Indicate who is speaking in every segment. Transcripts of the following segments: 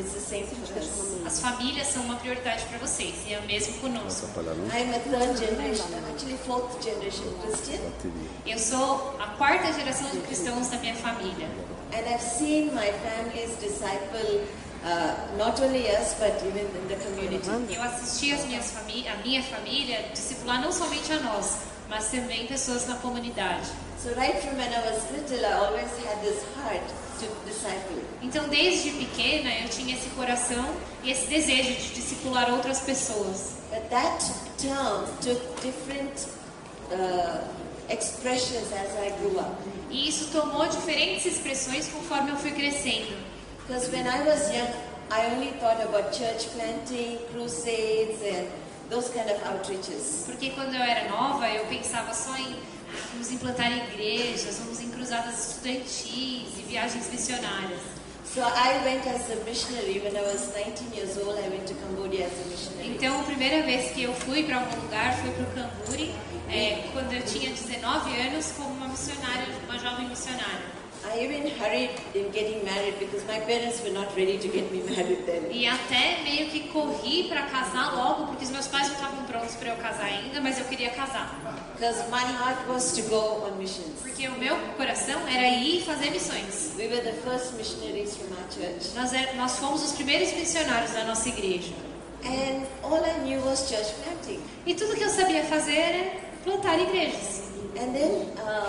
Speaker 1: it's the same for us.
Speaker 2: As famílias são uma prioridade para vocês, e é o mesmo conosco.
Speaker 1: I'm a third generation, actually fourth generation Christian.
Speaker 2: Eu sou a quarta geração de cristãos da minha família.
Speaker 1: And I've seen my family's disciple, not only us, but even in the community.
Speaker 2: Eu assisti a minha família discipular não somente a nós, mas também pessoas na comunidade.
Speaker 1: So right from when I was little, I always had this heart to disciple.
Speaker 2: Então, desde pequena, eu tinha esse coração e esse desejo de discipular outras pessoas.
Speaker 1: But that term took different expressions as I grew up.
Speaker 2: E isso tomou diferentes expressões conforme eu fui crescendo.
Speaker 1: Because when I was young, I only thought about church planting, crusades, and those kind of outreaches.
Speaker 2: Porque quando eu era nova, eu pensava só em vamos implantar igrejas, vamos em cruzadas estudantis e viagens missionárias.
Speaker 1: So I went as a missionary when I was 19 years old. I went to Cambodia as a missionary.
Speaker 2: Então, a primeira vez que eu fui para algum lugar foi para o Camburi, quando eu tinha 19 anos, como uma missionária, uma jovem missionária.
Speaker 1: I even hurried in getting married because my parents were not ready to get me married then.
Speaker 2: E até meio que corri para casar logo, porque os meus pais não estavam prontos para eu casar ainda, mas eu queria casar.
Speaker 1: Because my heart was to go on missions.
Speaker 2: Porque o meu coração era ir fazer missões.
Speaker 1: We were the first missionaries from our church.
Speaker 2: Nós fomos os primeiros missionários da nossa igreja.
Speaker 1: And all I knew was church planting.
Speaker 2: E tudo que eu sabia fazer era plantar igrejas.
Speaker 1: And then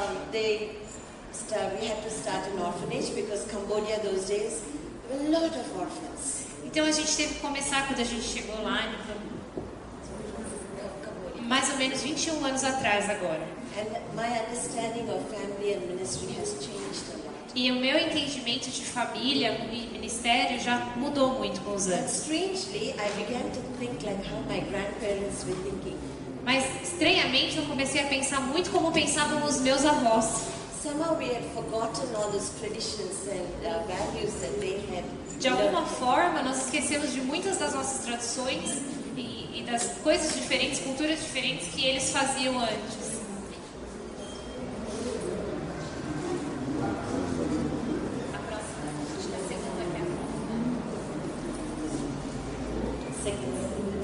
Speaker 1: we had to start an orphanage because Cambodia those days there were a lot of orphans.
Speaker 2: Então a gente teve que começar quando a gente chegou lá, mais ou menos 21 anos atrás agora.
Speaker 1: And my understanding of family and ministry has changed a lot.
Speaker 2: E o meu entendimento de família e ministério já mudou muito com os
Speaker 1: But
Speaker 2: anos.
Speaker 1: strangely, I began to think like how my grandparents were thinking.
Speaker 2: Mas estranhamente eu comecei a pensar muito como pensavam os meus avós.
Speaker 1: Somehow we had forgotten all those traditions and values that they had.
Speaker 2: De alguma forma, nós esquecemos de muitas das nossas tradições e das coisas diferentes, culturas diferentes que eles faziam antes. A próxima, acho que é a segunda que é
Speaker 1: Second.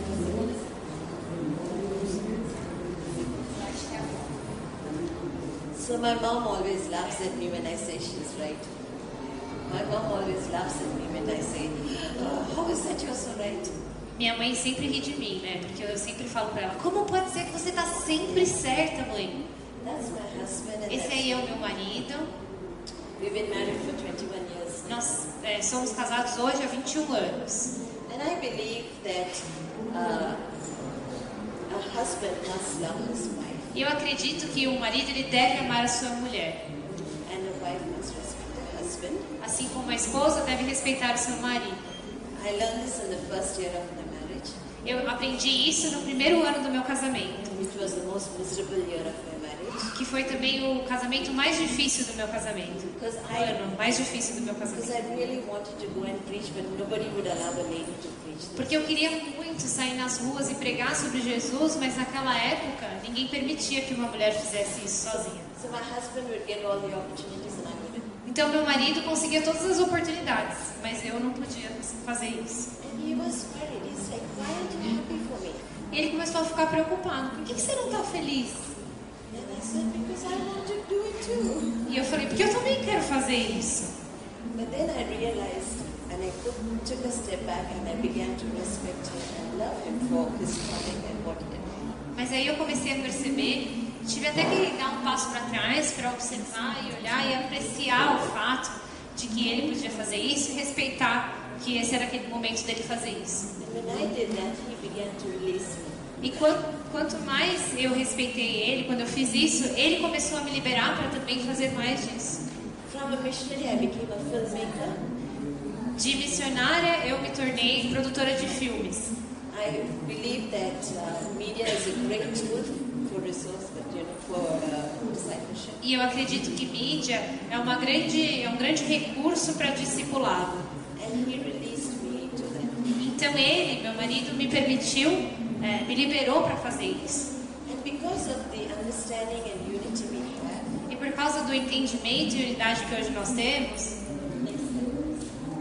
Speaker 1: So my mom always laughs at me when I say she's right. My mom always laughs at me when I say, how is that you're so right?
Speaker 2: Minha mãe sempre ri de mim, né? Porque eu sempre falo pra ela, como pode ser que você tá sempre certa, mãe?
Speaker 1: That's my husband and
Speaker 2: Esse aí é o meu marido.
Speaker 1: we've been married for 21 years.
Speaker 2: Nós somos casados hoje há 21 anos.
Speaker 1: And I believe that a husband must love his wife
Speaker 2: E eu acredito que o marido ele deve amar a sua mulher.
Speaker 1: and a wife must respect her husband.
Speaker 2: Assim como a esposa deve respeitar o seu marido.
Speaker 1: I learned this in the first year of my marriage,
Speaker 2: Eu aprendi isso no primeiro ano do meu casamento,
Speaker 1: which was the most miserable year of my marriage.
Speaker 2: que foi também o casamento mais difícil do meu casamento.
Speaker 1: Because
Speaker 2: O ano mais difícil do meu
Speaker 1: Because
Speaker 2: casamento.
Speaker 1: I really wanted to go and preach, but nobody would allow a lady to preach.
Speaker 2: Porque eu queria muito sair nas ruas e pregar sobre Jesus, mas naquela época ninguém permitia que uma mulher fizesse isso sozinha.
Speaker 1: So my husband would get all the opportunities and I wouldn't.
Speaker 2: Então meu marido conseguia todas as oportunidades, mas eu não podia fazer isso.
Speaker 1: And he was worried. He's like, why aren't you happy for me?
Speaker 2: E ele começou a ficar preocupado. Por que você não está feliz?
Speaker 1: And I said, because I want to do it too.
Speaker 2: E eu falei, porque eu também quero fazer isso.
Speaker 1: But then I realized, and I took a step back and I began to respect him and love him for his calling and what he did.
Speaker 2: Mas aí eu comecei a perceber, tive até que dar um passo para trás para observar e olhar e apreciar o fato de que ele podia fazer isso e respeitar que esse era aquele momento dele fazer isso.
Speaker 1: And when I did that, he began to release me.
Speaker 2: E quanto mais eu respeitei ele, quando eu fiz isso, ele começou a me liberar para também fazer mais disso.
Speaker 1: From a missionary, I became a filmmaker.
Speaker 2: De missionária, eu me tornei produtora de filmes.
Speaker 1: I believe that media is a great tool for resource, but for discipleship.
Speaker 2: E eu acredito que mídia é um grande recurso para discipulado.
Speaker 1: And he released me to that.
Speaker 2: Então ele, meu marido, me permitiu, me liberou para fazer isso.
Speaker 1: And because of the understanding and unity we have,
Speaker 2: E por causa do entendimento e unidade que hoje nós temos,
Speaker 1: we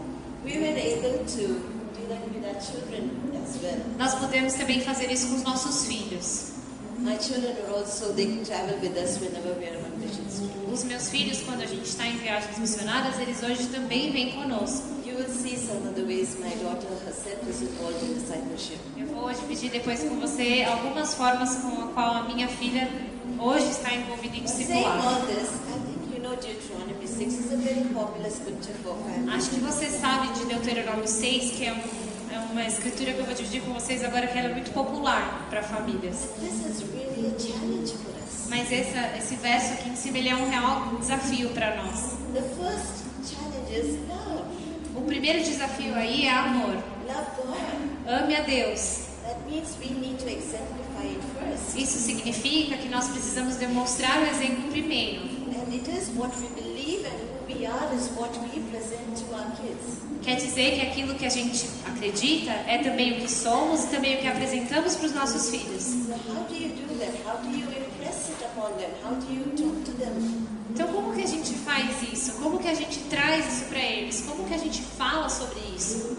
Speaker 1: we were able to do that with our children as well.
Speaker 2: Nós podemos também fazer isso com os nossos filhos.
Speaker 1: My children are also, they travel with us whenever we are on missions trip.
Speaker 2: Os meus filhos, quando a gente está em viagens missionárias, eles hoje também vêm conosco.
Speaker 1: You will see some of the ways my daughter herself is involved in discipleship.
Speaker 2: Eu vou dividir depois com você algumas formas com a qual a minha filha hoje está envolvida em
Speaker 1: Saying
Speaker 2: discipulado.
Speaker 1: all this, I think you know Deuteronomy 6 is a very popular scripture for families.
Speaker 2: Acho que você sabe de Deuteronômio 6, que é uma escritura que eu vou dividir com vocês agora, que ela é muito popular para famílias.
Speaker 1: This is really a challenge for us.
Speaker 2: Mas esse verso aqui em cima, ele é um real desafio para nós.
Speaker 1: The first challenge is love.
Speaker 2: O primeiro desafio aí é amor.
Speaker 1: Love God.
Speaker 2: Ame a Deus.
Speaker 1: That means we need to exemplify it first.
Speaker 2: Isso significa que nós precisamos demonstrar o exemplo primeiro.
Speaker 1: And it is what we believe and who we are is what we present to our kids.
Speaker 2: Quer dizer que aquilo que a gente acredita é também o que somos e também o que apresentamos para os nossos filhos.
Speaker 1: So how do you do that? How do you impress it upon them? How do you talk to them?
Speaker 2: Então, como que a gente faz isso? Como que a gente traz isso para eles? Como que a gente fala sobre isso?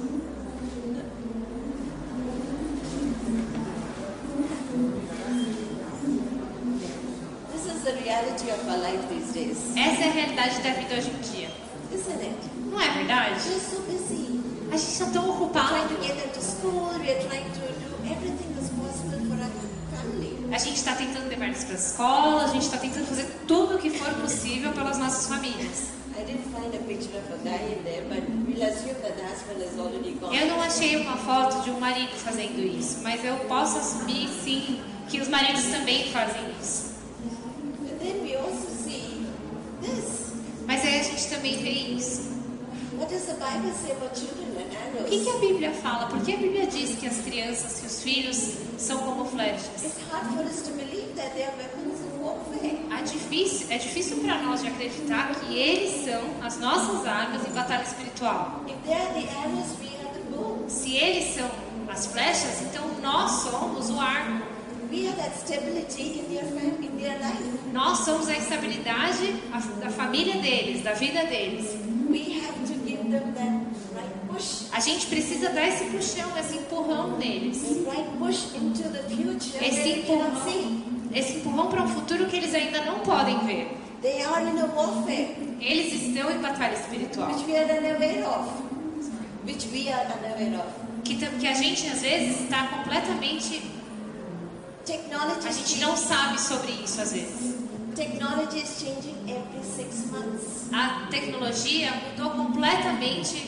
Speaker 1: This is the reality of our life these days,
Speaker 2: Essa é a realidade da vida hoje em dia.
Speaker 1: isn't it?
Speaker 2: Não é verdade?
Speaker 1: We're so busy.
Speaker 2: A gente está tão
Speaker 1: We're
Speaker 2: ocupado.
Speaker 1: trying to get them to school. We're trying to do everything that's possible for our family.
Speaker 2: A gente está tentando levar eles para a escola, a gente está tentando fazer tudo o que for possível pelas nossas famílias.
Speaker 1: I didn't find a picture of a guy in there, but we'll assume that the husband is already gone.
Speaker 2: Eu não achei uma foto de um marido fazendo isso, mas eu posso assumir sim que os maridos também fazem isso.
Speaker 1: And then we also see this.
Speaker 2: Mas aí a gente também vê isso.
Speaker 1: What does the Bible say about children and
Speaker 2: O que
Speaker 1: arrows?
Speaker 2: a Bíblia fala? Por que a Bíblia diz que as crianças, que os filhos são como flechas?
Speaker 1: It's hard for us to believe that they are weapons of warfare.
Speaker 2: É difícil para nós de acreditar que eles são as nossas armas em batalha espiritual.
Speaker 1: If they are the arrows, we are the bow.
Speaker 2: Se eles são as flechas, então nós somos o arco.
Speaker 1: We are that stability in their life.
Speaker 2: Nós somos a estabilidade da família deles, da vida deles.
Speaker 1: We have to give them that right push.
Speaker 2: A gente precisa dar esse puxão, esse empurrão neles.
Speaker 1: The right push into the future that
Speaker 2: Esse
Speaker 1: they cannot see.
Speaker 2: empurrão para um futuro que eles ainda não podem ver.
Speaker 1: They are in a warfare
Speaker 2: Eles estão em batalha espiritual.
Speaker 1: which we are unaware of. Which we are unaware of.
Speaker 2: Que a gente às vezes está completamente.
Speaker 1: Technology
Speaker 2: A
Speaker 1: is
Speaker 2: gente não sabe sobre isso às vezes.
Speaker 1: changing. Technology is changing every 6 months.
Speaker 2: A tecnologia mudou completamente.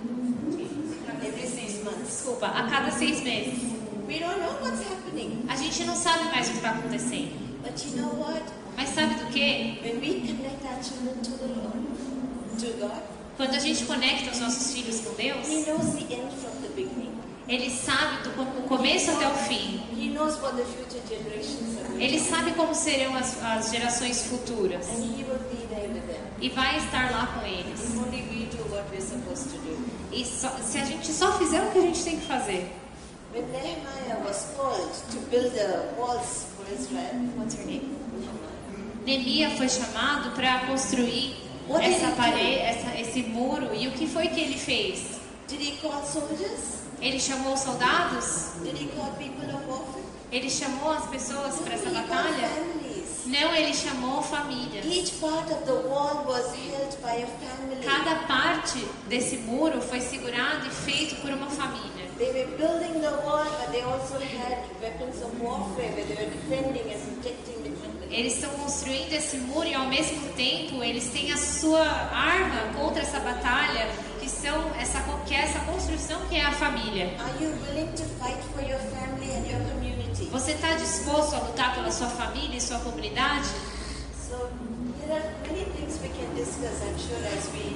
Speaker 1: Every 6 months.
Speaker 2: Desculpa, a cada 6 meses.
Speaker 1: We don't know what's happening.
Speaker 2: A gente não sabe mais o que está acontecendo.
Speaker 1: But you know what?
Speaker 2: Mas sabe do que?
Speaker 1: When we connect our children to the Lord, to God,
Speaker 2: Quando a gente conecta os nossos filhos com Deus,
Speaker 1: He knows the end from the beginning.
Speaker 2: Ele sabe do começo até o fim.
Speaker 1: He knows what the future generations are going
Speaker 2: Ele
Speaker 1: to
Speaker 2: sabe como serão as gerações futuras.
Speaker 1: And He will be there with them.
Speaker 2: E vai estar lá com eles.
Speaker 1: If only we do what we're supposed to do.
Speaker 2: E se a gente só fizer o que a gente tem que fazer.
Speaker 1: When Nehemiah was called to build the walls for Israel,
Speaker 2: What's her name?
Speaker 1: Nehemiah,
Speaker 2: Neemias foi chamado para construir
Speaker 1: What did
Speaker 2: essa
Speaker 1: he do?
Speaker 2: parede, esse muro. E o que foi que ele fez?
Speaker 1: did he call soldiers?
Speaker 2: Ele chamou soldados?
Speaker 1: Did he call people of warfare?
Speaker 2: Ele chamou as pessoas para essa
Speaker 1: He called
Speaker 2: batalha?
Speaker 1: families.
Speaker 2: Não, ele chamou famílias.
Speaker 1: Each part of the wall was held by a family.
Speaker 2: Cada parte desse muro foi segurado e feito por uma família.
Speaker 1: They were building the wall, but they also had weapons of warfare where they were defending and protecting the family.
Speaker 2: Eles estão construindo esse muro e ao mesmo tempo eles têm a sua arma contra essa batalha, que é essa construção que é a família.
Speaker 1: Are you willing to fight for your family and your community?
Speaker 2: Você está disposto a lutar pela sua família e sua comunidade?
Speaker 1: So there are many things we can discuss, I'm sure, as we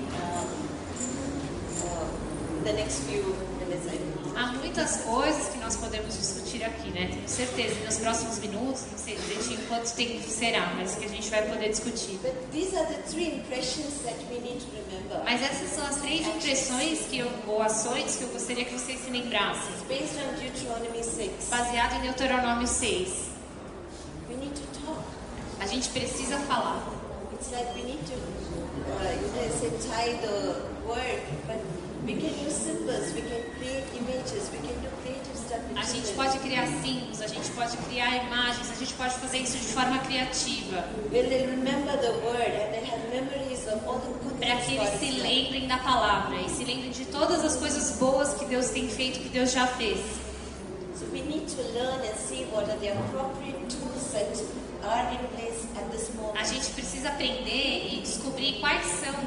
Speaker 1: the next few minutes.
Speaker 2: Há muitas coisas que nós podemos discutir aqui, né? Tenho certeza. E nos próximos minutos, não sei direitinho quanto tempo será, mas que a gente vai poder discutir.
Speaker 1: But these are the three impressions that we need to remember.
Speaker 2: Mas essas são as 3 impressões ou ações que eu gostaria que vocês se lembrassem.
Speaker 1: It's based on Deuteronomy 6.
Speaker 2: Baseado em Deuteronômio 6.
Speaker 1: We need to talk.
Speaker 2: A gente precisa falar.
Speaker 1: It's like we need to, say tie the word, but We can use symbols, we can create images, we can do creative stuff with
Speaker 2: A gente
Speaker 1: children.
Speaker 2: pode criar símbolos, a gente pode criar imagens, a gente pode fazer isso de forma criativa.
Speaker 1: When they remember the word and they have memories of all the good
Speaker 2: Para
Speaker 1: things
Speaker 2: que
Speaker 1: God
Speaker 2: eles
Speaker 1: has
Speaker 2: se
Speaker 1: done.
Speaker 2: lembrem da palavra e se lembrem de todas as coisas boas que Deus tem feito, que Deus já fez.
Speaker 1: So we need to learn and see what are the appropriate tools that are in place at this moment.
Speaker 2: A gente precisa aprender e descobrir quais são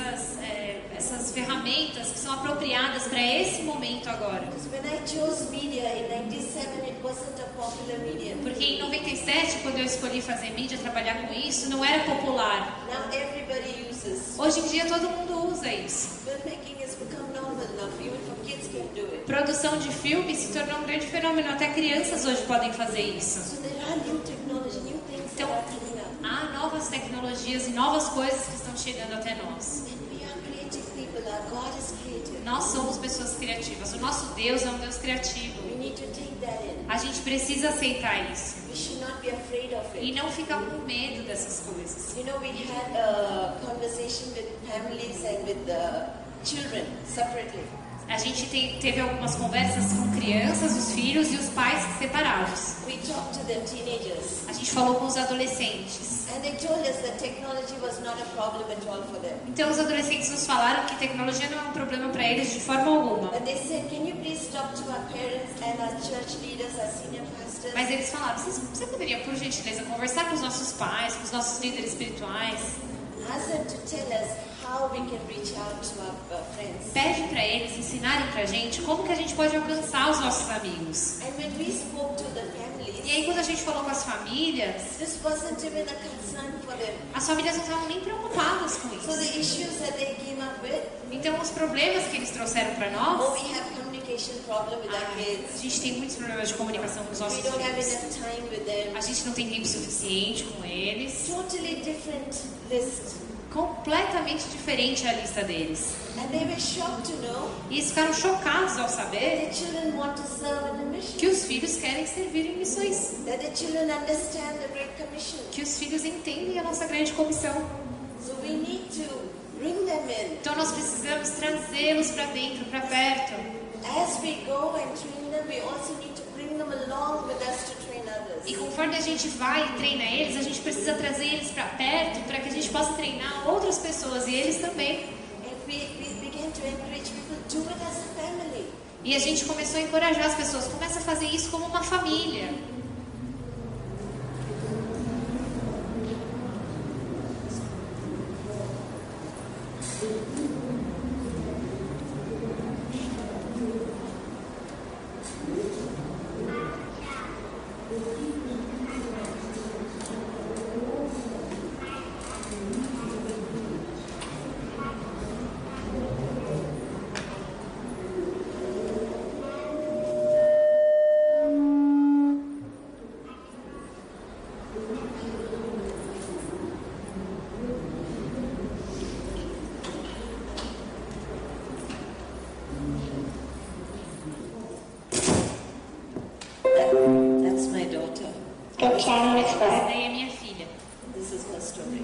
Speaker 2: essas ferramentas que são apropriadas para esse momento agora.
Speaker 1: Because when I chose media in 97, it wasn't a popular medium.
Speaker 2: Porque em 97, quando eu escolhi fazer mídia, trabalhar com isso, não era popular.
Speaker 1: Now everybody uses.
Speaker 2: Hoje em dia todo mundo usa isso.
Speaker 1: Filmmaking has become normal enough, even for kids can do it.
Speaker 2: Produção de filme se tornou um grande fenômeno, até crianças hoje podem fazer isso.
Speaker 1: So there are new technology, new things that
Speaker 2: Então,
Speaker 1: are coming up.
Speaker 2: há novas tecnologias e novas coisas que estão chegando até nós.
Speaker 1: And we are creative people, our God is creative.
Speaker 2: Nós somos pessoas criativas. O nosso Deus é um Deus criativo.
Speaker 1: We need to take that in.
Speaker 2: A gente precisa aceitar isso.
Speaker 1: We should not be afraid of
Speaker 2: E
Speaker 1: it.
Speaker 2: não ficar com medo dessas coisas.
Speaker 1: You know, we had a conversation with families and with the children separately.
Speaker 2: A gente teve algumas conversas com crianças, os filhos e os pais separados.
Speaker 1: We talked to the teenagers
Speaker 2: A gente falou com os adolescentes.
Speaker 1: and they told us that technology was not a problem at all for them.
Speaker 2: Então os adolescentes nos falaram que tecnologia não é um problema para eles de forma alguma.
Speaker 1: But they said, can you please talk to our parents and our church leaders, our senior pastors?
Speaker 2: Mas eles falaram, você poderia, por gentileza, conversar com os nossos pais, com os nossos líderes espirituais?
Speaker 1: Ask them to tell us how we can reach out to our friends.
Speaker 2: Pede para eles ensinarem para a gente como que a gente pode alcançar os nossos amigos.
Speaker 1: And when we spoke to the families,
Speaker 2: E aí quando a gente falou com as famílias,
Speaker 1: this wasn't even a concern for them.
Speaker 2: as famílias não estavam nem preocupadas com
Speaker 1: So
Speaker 2: isso.
Speaker 1: the issues that they came up with,
Speaker 2: Então os problemas que eles trouxeram para
Speaker 1: oh,
Speaker 2: nós,
Speaker 1: we have communication problem with our
Speaker 2: a
Speaker 1: kids.
Speaker 2: gente tem muitos problemas de comunicação com os nossos
Speaker 1: We don't have
Speaker 2: filhos.
Speaker 1: enough time with them.
Speaker 2: A gente não tem tempo suficiente com eles.
Speaker 1: Totally different list.
Speaker 2: Completamente diferente a lista deles.
Speaker 1: And they were shocked to know
Speaker 2: E eles ficaram chocados ao
Speaker 1: that
Speaker 2: saber
Speaker 1: the children want to serve in the mission.
Speaker 2: que os filhos querem servir em missões.
Speaker 1: That the children understand the Great Commission.
Speaker 2: Que os filhos entendem a nossa grande comissão.
Speaker 1: So we need to bring them in.
Speaker 2: Então nós precisamos trazê-los para dentro, para perto.
Speaker 1: As we go and train them, we also need to bring them along with us to train others.
Speaker 2: E conforme a gente vai e treina eles, a gente precisa trazer eles para perto para que a gente possa treinar outras pessoas e eles também.
Speaker 1: And we begin to encourage people to do it as a family.
Speaker 2: E a gente começou a encorajar as pessoas. Começa a fazer isso como uma família.
Speaker 1: That's my daughter.
Speaker 3: The channel is
Speaker 2: Essa
Speaker 3: for
Speaker 2: daí é minha filha.
Speaker 1: This is her story.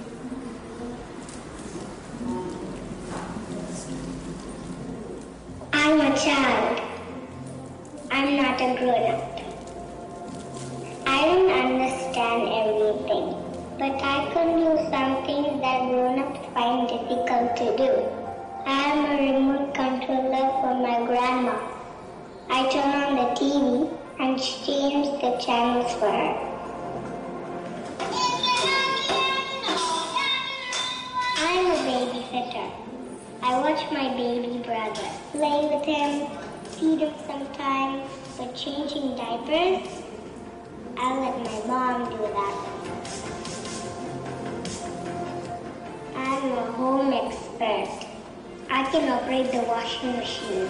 Speaker 3: I'm a child. I'm not a grown-up. I don't understand everything, but I can do some things that grown-ups find difficult to do. I am a remote controller for my grandma. I turn on the TV and change the channels for her. I'm a babysitter. I watch my baby brother, play with him, feed him sometimes, but changing diapers, I'll let my mom do that. I'm a home expert. I can operate the washing machine.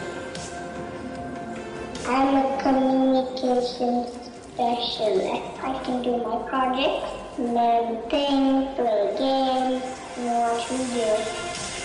Speaker 3: I'm a communication specialist. I can do my projects, learn things, play games, and watch videos.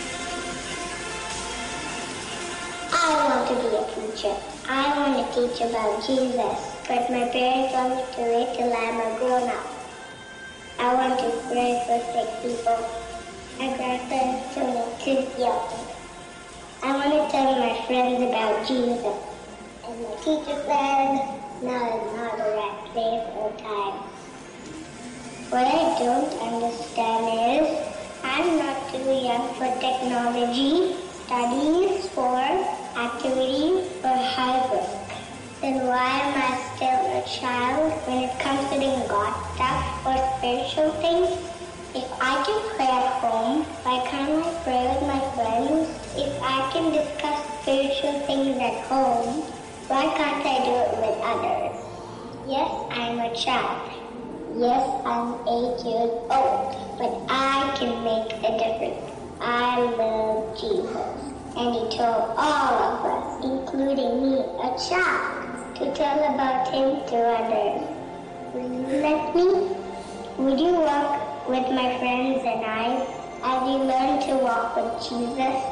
Speaker 3: I want to be a teacher. I want to teach about Jesus, but my parents want me to wait till I'm a grown-up. I want to pray for sick people. My grandparents told me to yell. I want to tell my friends about Jesus. And the teacher said, now is not the right place or time. What I don't understand is, I'm not too young for technology, studies, sports, activities, or hard work. Then why am I still a child when it comes to doing God stuff or spiritual things? If I can pray at home, why can't I pray with my friends? If I can discuss spiritual things at home, why can't I do it with others? Yes, I'm a child. Yes, I'm 8 years old, but I can make a difference. I love Jesus, and he told all of us, including me, a child, to tell about him to others. Will you let me? Would you walk with my friends and I as you learn to walk with Jesus?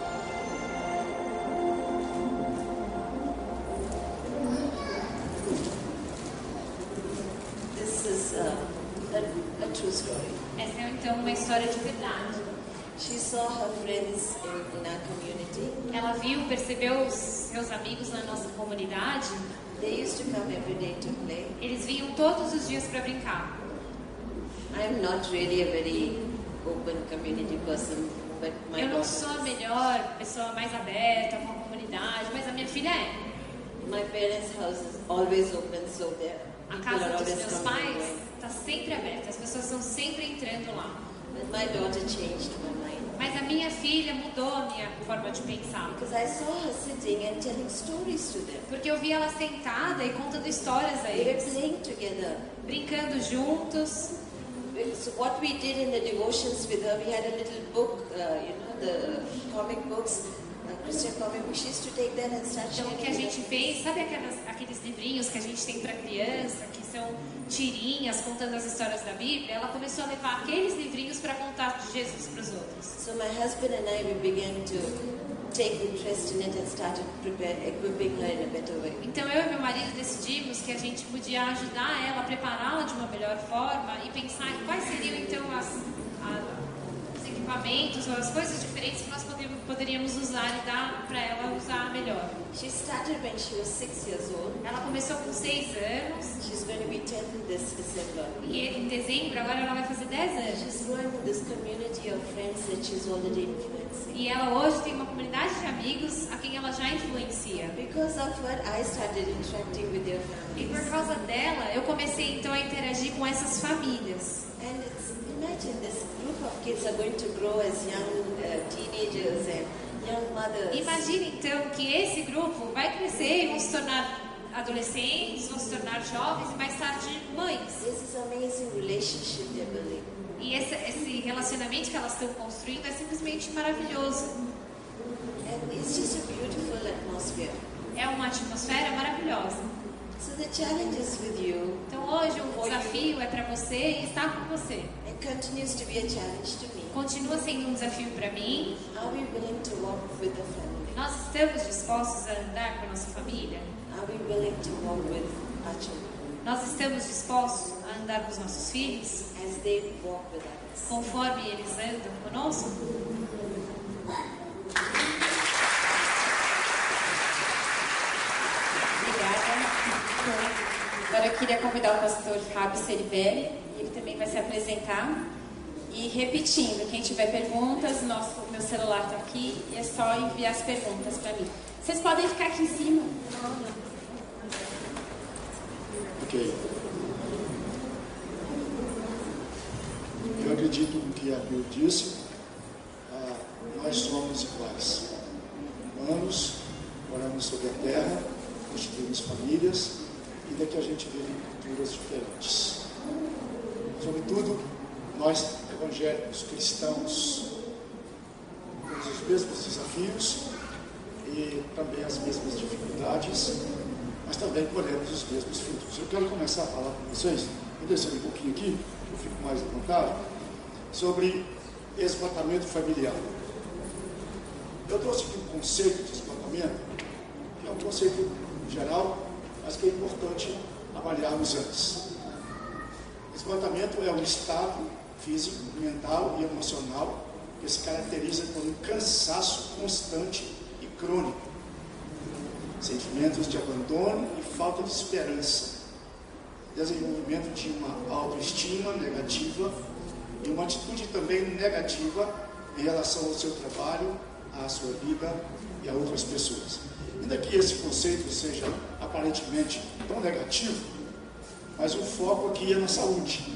Speaker 1: This is a true story.
Speaker 2: Essa é então uma história de verdade.
Speaker 1: She saw her friends in our community.
Speaker 2: Ela percebeu os seus amigos na nossa comunidade.
Speaker 1: They used to come every day to play.
Speaker 2: Eles vinham todos os dias para brincar.
Speaker 1: I'm not really a very open community person, but my
Speaker 2: Eu não
Speaker 1: daughter
Speaker 2: sou a
Speaker 1: is.
Speaker 2: melhor pessoa mais aberta com a comunidade, mas a minha filha é.
Speaker 1: My parents' house is always open, so there
Speaker 2: A
Speaker 1: people are
Speaker 2: casa dos
Speaker 1: always
Speaker 2: meus
Speaker 1: coming and
Speaker 2: pais
Speaker 1: going.
Speaker 2: está sempre aberta, as pessoas estão sempre entrando lá.
Speaker 1: But my daughter changed my mind
Speaker 2: Mas a minha filha mudou a minha forma de pensar.
Speaker 1: because I saw her sitting and telling stories to them.
Speaker 2: Porque eu vi ela sentada e contando histórias a
Speaker 1: They were
Speaker 2: eles,
Speaker 1: playing together.
Speaker 2: brincando juntos.
Speaker 1: So what we did in the devotions with her, we had a little book, the comic books, Christian comic books. She used to take that and start
Speaker 2: Então, o que a
Speaker 1: sharing.
Speaker 2: gente fez, sabe aqueles livrinhos que a gente tem para criança, que são tirinhas contando as histórias da Bíblia? Ela começou a levar aqueles livrinhos para contar de Jesus para os outros.
Speaker 1: So my husband and I, we began to take interest in it and started equipping her in a better way.
Speaker 2: Então, eu e meu marido decidimos que a gente podia ajudar ela, prepará-la de uma melhor forma e pensar em quais seriam, então, os equipamentos ou as coisas diferentes que nós poderíamos usar e dar para ela usar melhor.
Speaker 1: She started when she was 6 years old.
Speaker 2: Ela começou com 6 anos
Speaker 1: She's going to be 10 this December.
Speaker 2: e em dezembro agora ela vai fazer 10 anos.
Speaker 1: She's growing in this community of friends that she's already influencing.
Speaker 2: E ela hoje tem uma comunidade de amigos a quem ela já influencia.
Speaker 1: Because of her, I started interacting with their
Speaker 2: E por
Speaker 1: families.
Speaker 2: causa dela, eu comecei então a interagir com essas famílias.
Speaker 1: And imagine this group of kids are going to grow as young teenagers and young mothers.
Speaker 2: Imagine então que esse grupo vai crescer e vão se tornar adolescentes, vão se tornar jovens e mais tarde mães.
Speaker 1: This is amazing relationship they're building.
Speaker 2: E esse relacionamento que elas estão construindo é simplesmente maravilhoso.
Speaker 1: And it's just a beautiful atmosphere.
Speaker 2: É uma atmosfera maravilhosa.
Speaker 1: So the challenge is with you.
Speaker 2: Então hoje o desafio é para você e está com você.
Speaker 1: It continues to be a challenge to me.
Speaker 2: Continua sendo um desafio para mim.
Speaker 1: Are we willing to walk with the family?
Speaker 2: Nós estamos dispostos a andar com a nossa família?
Speaker 1: Are we willing to walk with our children
Speaker 2: Nós estamos dispostos a andar com os nossos filhos
Speaker 1: as they walk with us?
Speaker 2: conforme eles andam conosco?
Speaker 4: Obrigada. Agora eu queria convidar o pastor Fábio Ceribelli, ele também vai se apresentar. E repetindo, quem tiver perguntas, meu celular está aqui e é só enviar as perguntas para mim. Vocês podem ficar aqui em cima.
Speaker 5: Ok. Eu acredito no que a Bíblia disse. Nós somos iguais. Humanos, moramos sobre a terra, constituímos famílias e daqui a gente vive em culturas diferentes. Sobretudo, nós evangélicos, cristãos, temos os mesmos desafios e também as mesmas dificuldades, mas também colhemos os mesmos frutos. Eu quero começar a falar com vocês, vou descer um pouquinho aqui, que eu fico mais à vontade, sobre esgotamento familiar. Eu trouxe aqui um conceito de esgotamento, que é um conceito geral, mas que é importante avaliarmos antes. Esgotamento é um estado físico, mental e emocional que se caracteriza por um cansaço constante crônico. Sentimentos de abandono e falta de esperança. Desenvolvimento de uma autoestima negativa e uma atitude também negativa em relação ao seu trabalho, à sua vida e a outras pessoas. Ainda que esse conceito seja aparentemente tão negativo, mas o foco aqui é na saúde.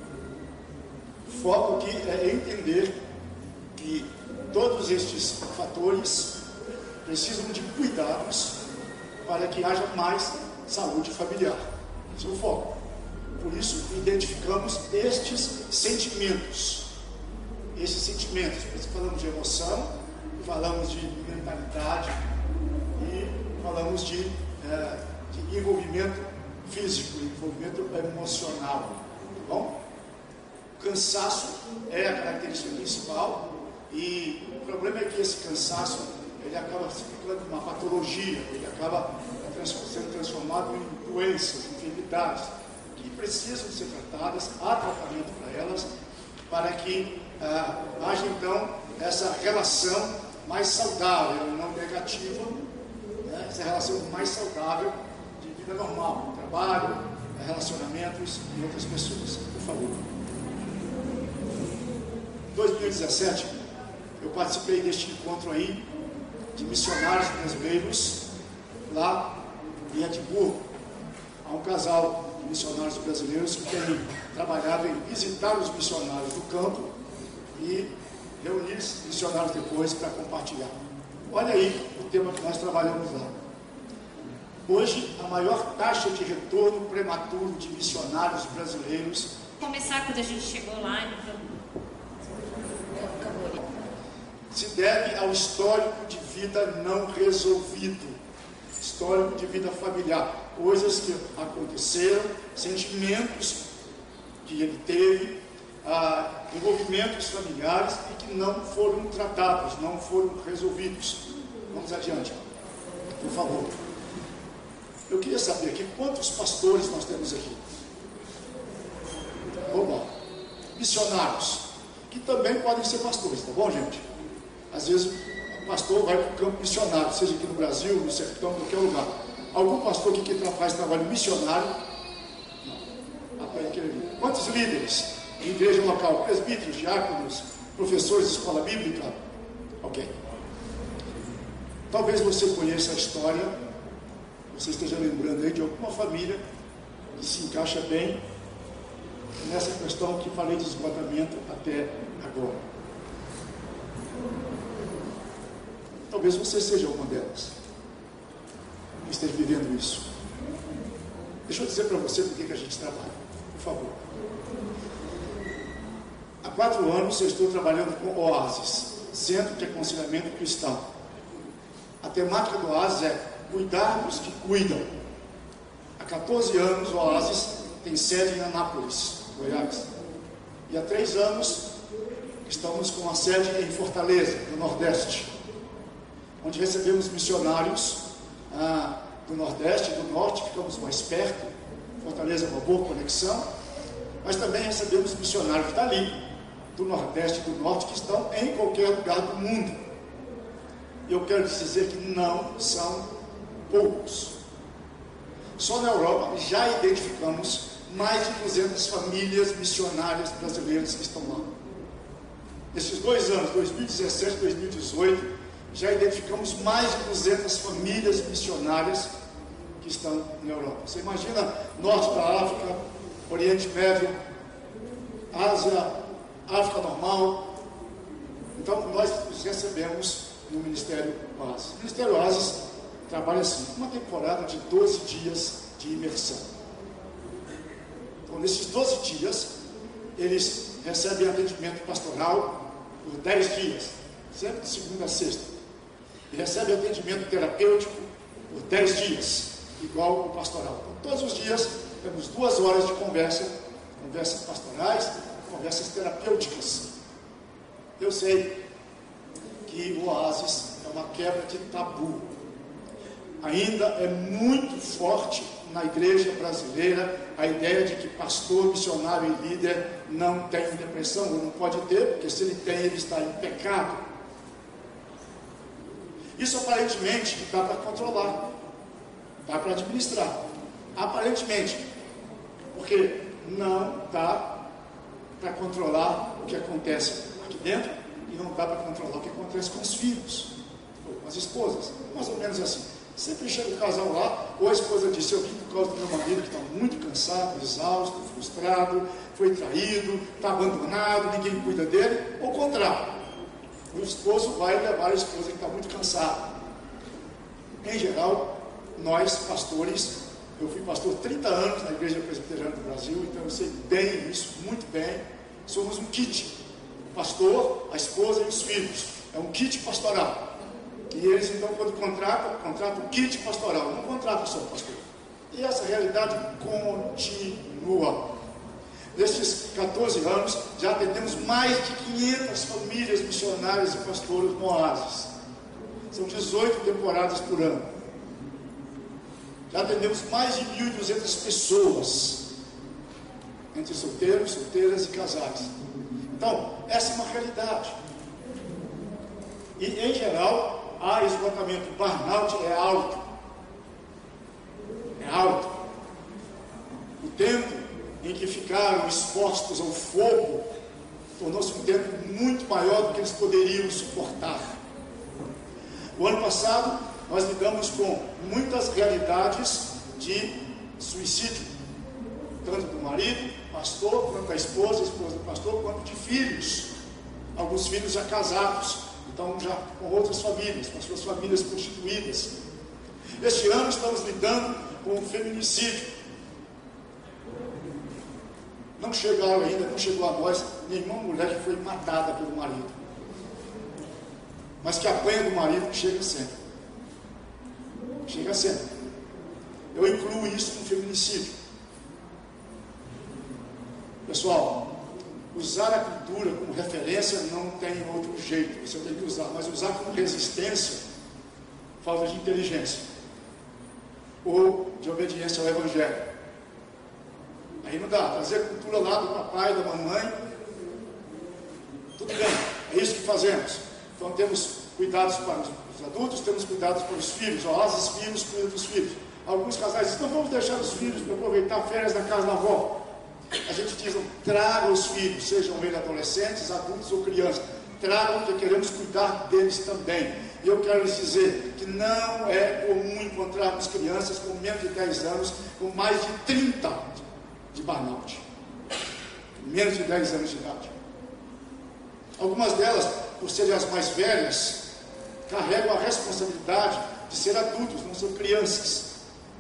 Speaker 5: O foco aqui é entender que todos estes fatores precisam de cuidados para que haja mais saúde familiar. Esse é o foco. Por isso, identificamos estes sentimentos. Esses sentimentos. Por isso falamos de emoção, falamos de mentalidade e falamos de envolvimento físico, envolvimento emocional. Tá bom? O cansaço é a característica principal e o problema é que esse cansaço ele acaba se ficando uma patologia, ele acaba sendo transformado em doenças, enfermidades que precisam ser tratadas, há tratamento para elas, para que haja então essa relação mais saudável, não negativa, né? Essa relação mais saudável de vida normal, trabalho, relacionamentos e outras pessoas. Por favor. Em 2017, eu participei deste encontro aí de missionários brasileiros lá em Edimburgo. Há um casal de missionários brasileiros que tem trabalhado em visitar os missionários do campo e reunir os missionários depois para compartilhar. Olha aí o tema que nós trabalhamos lá. Hoje, a maior taxa de retorno prematuro de missionários brasileiros.
Speaker 2: Começar quando a gente chegou lá, então.
Speaker 5: Se deve ao histórico de vida não resolvido, histórico de vida familiar, coisas que aconteceram, sentimentos que ele teve, envolvimentos familiares e que não foram tratados, não foram resolvidos. Vamos adiante, por favor. Eu queria saber aqui quantos pastores nós temos aqui. Vamos lá. Missionários, que também podem ser pastores, tá bom, gente? Às vezes o pastor vai para o campo missionário, seja aqui no Brasil, no sertão, em qualquer lugar. Algum pastor aqui que faz trabalho missionário? Não. Quantos líderes de igreja local? Presbíteros, diáconos, professores de escola bíblica? Ok. Talvez você conheça a história, você esteja lembrando aí de alguma família que se encaixa bem nessa questão que falei de esgotamento até agora. Talvez você seja uma delas que esteja vivendo isso. Deixa eu dizer para você por que a gente trabalha, por favor. Há 4 anos eu estou trabalhando com o Oasis, Centro de Aconselhamento Cristão. A temática do Oasis é cuidar dos que cuidam. Há 14 anos o Oasis tem sede em Anápolis, Goiás. E há 3 anos estamos com a sede em Fortaleza, no Nordeste, onde recebemos missionários do Nordeste e do Norte, ficamos mais perto. Fortaleza é uma boa conexão, mas também recebemos missionários dali, do Nordeste e do Norte, que estão em qualquer lugar do mundo. Eu quero dizer que não são poucos. Só na Europa já identificamos mais de 200 famílias missionárias brasileiras que estão lá. Nesses 2 anos, 2017 e 2018, já identificamos mais de 200 famílias missionárias que estão na Europa. Você imagina Norte da África, Oriente Médio, Ásia, África Normal. Então, nós os recebemos no Ministério Oasis. O Ministério Oasis trabalha assim, uma temporada de 12 dias de imersão. Então, nesses 12 dias, eles recebem atendimento pastoral por 10 dias, sempre de segunda a sexta. E recebem atendimento terapêutico por 10 dias, igual o pastoral. Então, todos os dias, temos 2 horas de conversas pastorais, conversas terapêuticas. Eu sei que o Oasis é uma quebra de tabu. Ainda é muito forte na igreja brasileira a ideia de que pastor, missionário e líder não tem depressão, ou não pode ter, porque se ele tem, ele está em pecado. Isso aparentemente dá para controlar, dá para administrar. Aparentemente, porque não dá para controlar o que acontece aqui dentro e não dá para controlar o que acontece com os filhos, ou com as esposas, mais ou menos assim. Sempre chega o casal lá, ou a esposa diz: eu vim por causa do meu marido que está muito cansado, exausto, frustrado, foi traído, está abandonado, ninguém cuida dele. Ou o contrário, o esposo vai levar a esposa que está muito cansada. Em geral, nós pastores, eu fui pastor 30 anos na Igreja Presbiteriana do Brasil, então eu sei bem isso, muito bem. Somos um kit: o pastor, a esposa e os filhos. É um kit pastoral. E eles então, quando contratam o kit pastoral, não contratam só o pastor. E essa realidade continua. Nestes 14 anos, já atendemos mais de 500 famílias missionárias e pastores no Oásis. São 18 temporadas por ano. Já atendemos mais de 1.200 pessoas, entre solteiros, solteiras e casais. Então, essa é uma realidade. E, em geral, o esgotamento, burnout é alto. É alto. O tempo em que ficaram expostos ao fogo tornou-se um tempo muito maior do que eles poderiam suportar. O ano passado, nós lidamos com muitas realidades de suicídio, tanto do marido, pastor, quanto da esposa do pastor, quanto de filhos. Alguns filhos já casados, então já com outras famílias, com suas famílias constituídas. Este ano estamos lidando com o feminicídio. Não chegaram ainda, não chegou a nós nenhuma mulher que foi matada pelo marido, mas que apanha do marido, chega sempre. Chega sempre. Eu incluo isso no feminicídio. Pessoal, usar a cultura como referência não tem outro jeito. Você tem que usar, mas usar como resistência, falta de inteligência ou de obediência ao Evangelho. Aí não dá. Trazer a cultura lá do papai, da mamãe, tudo bem, é isso que fazemos. Então temos cuidados para os adultos, temos cuidados para os filhos. Os filhos cuidam dos filhos. Alguns casais dizem: não vamos deixar os filhos para aproveitar férias na casa da avó. A gente diz: traga os filhos, sejam eles adolescentes, adultos ou crianças. Tragam, porque queremos cuidar deles também. E eu quero lhes dizer que não é comum encontrarmos crianças com menos de 10 anos, com mais de 30 de burnout. Menos de 10 anos de idade. Algumas delas, por serem as mais velhas, carregam a responsabilidade de ser adultos, não são crianças.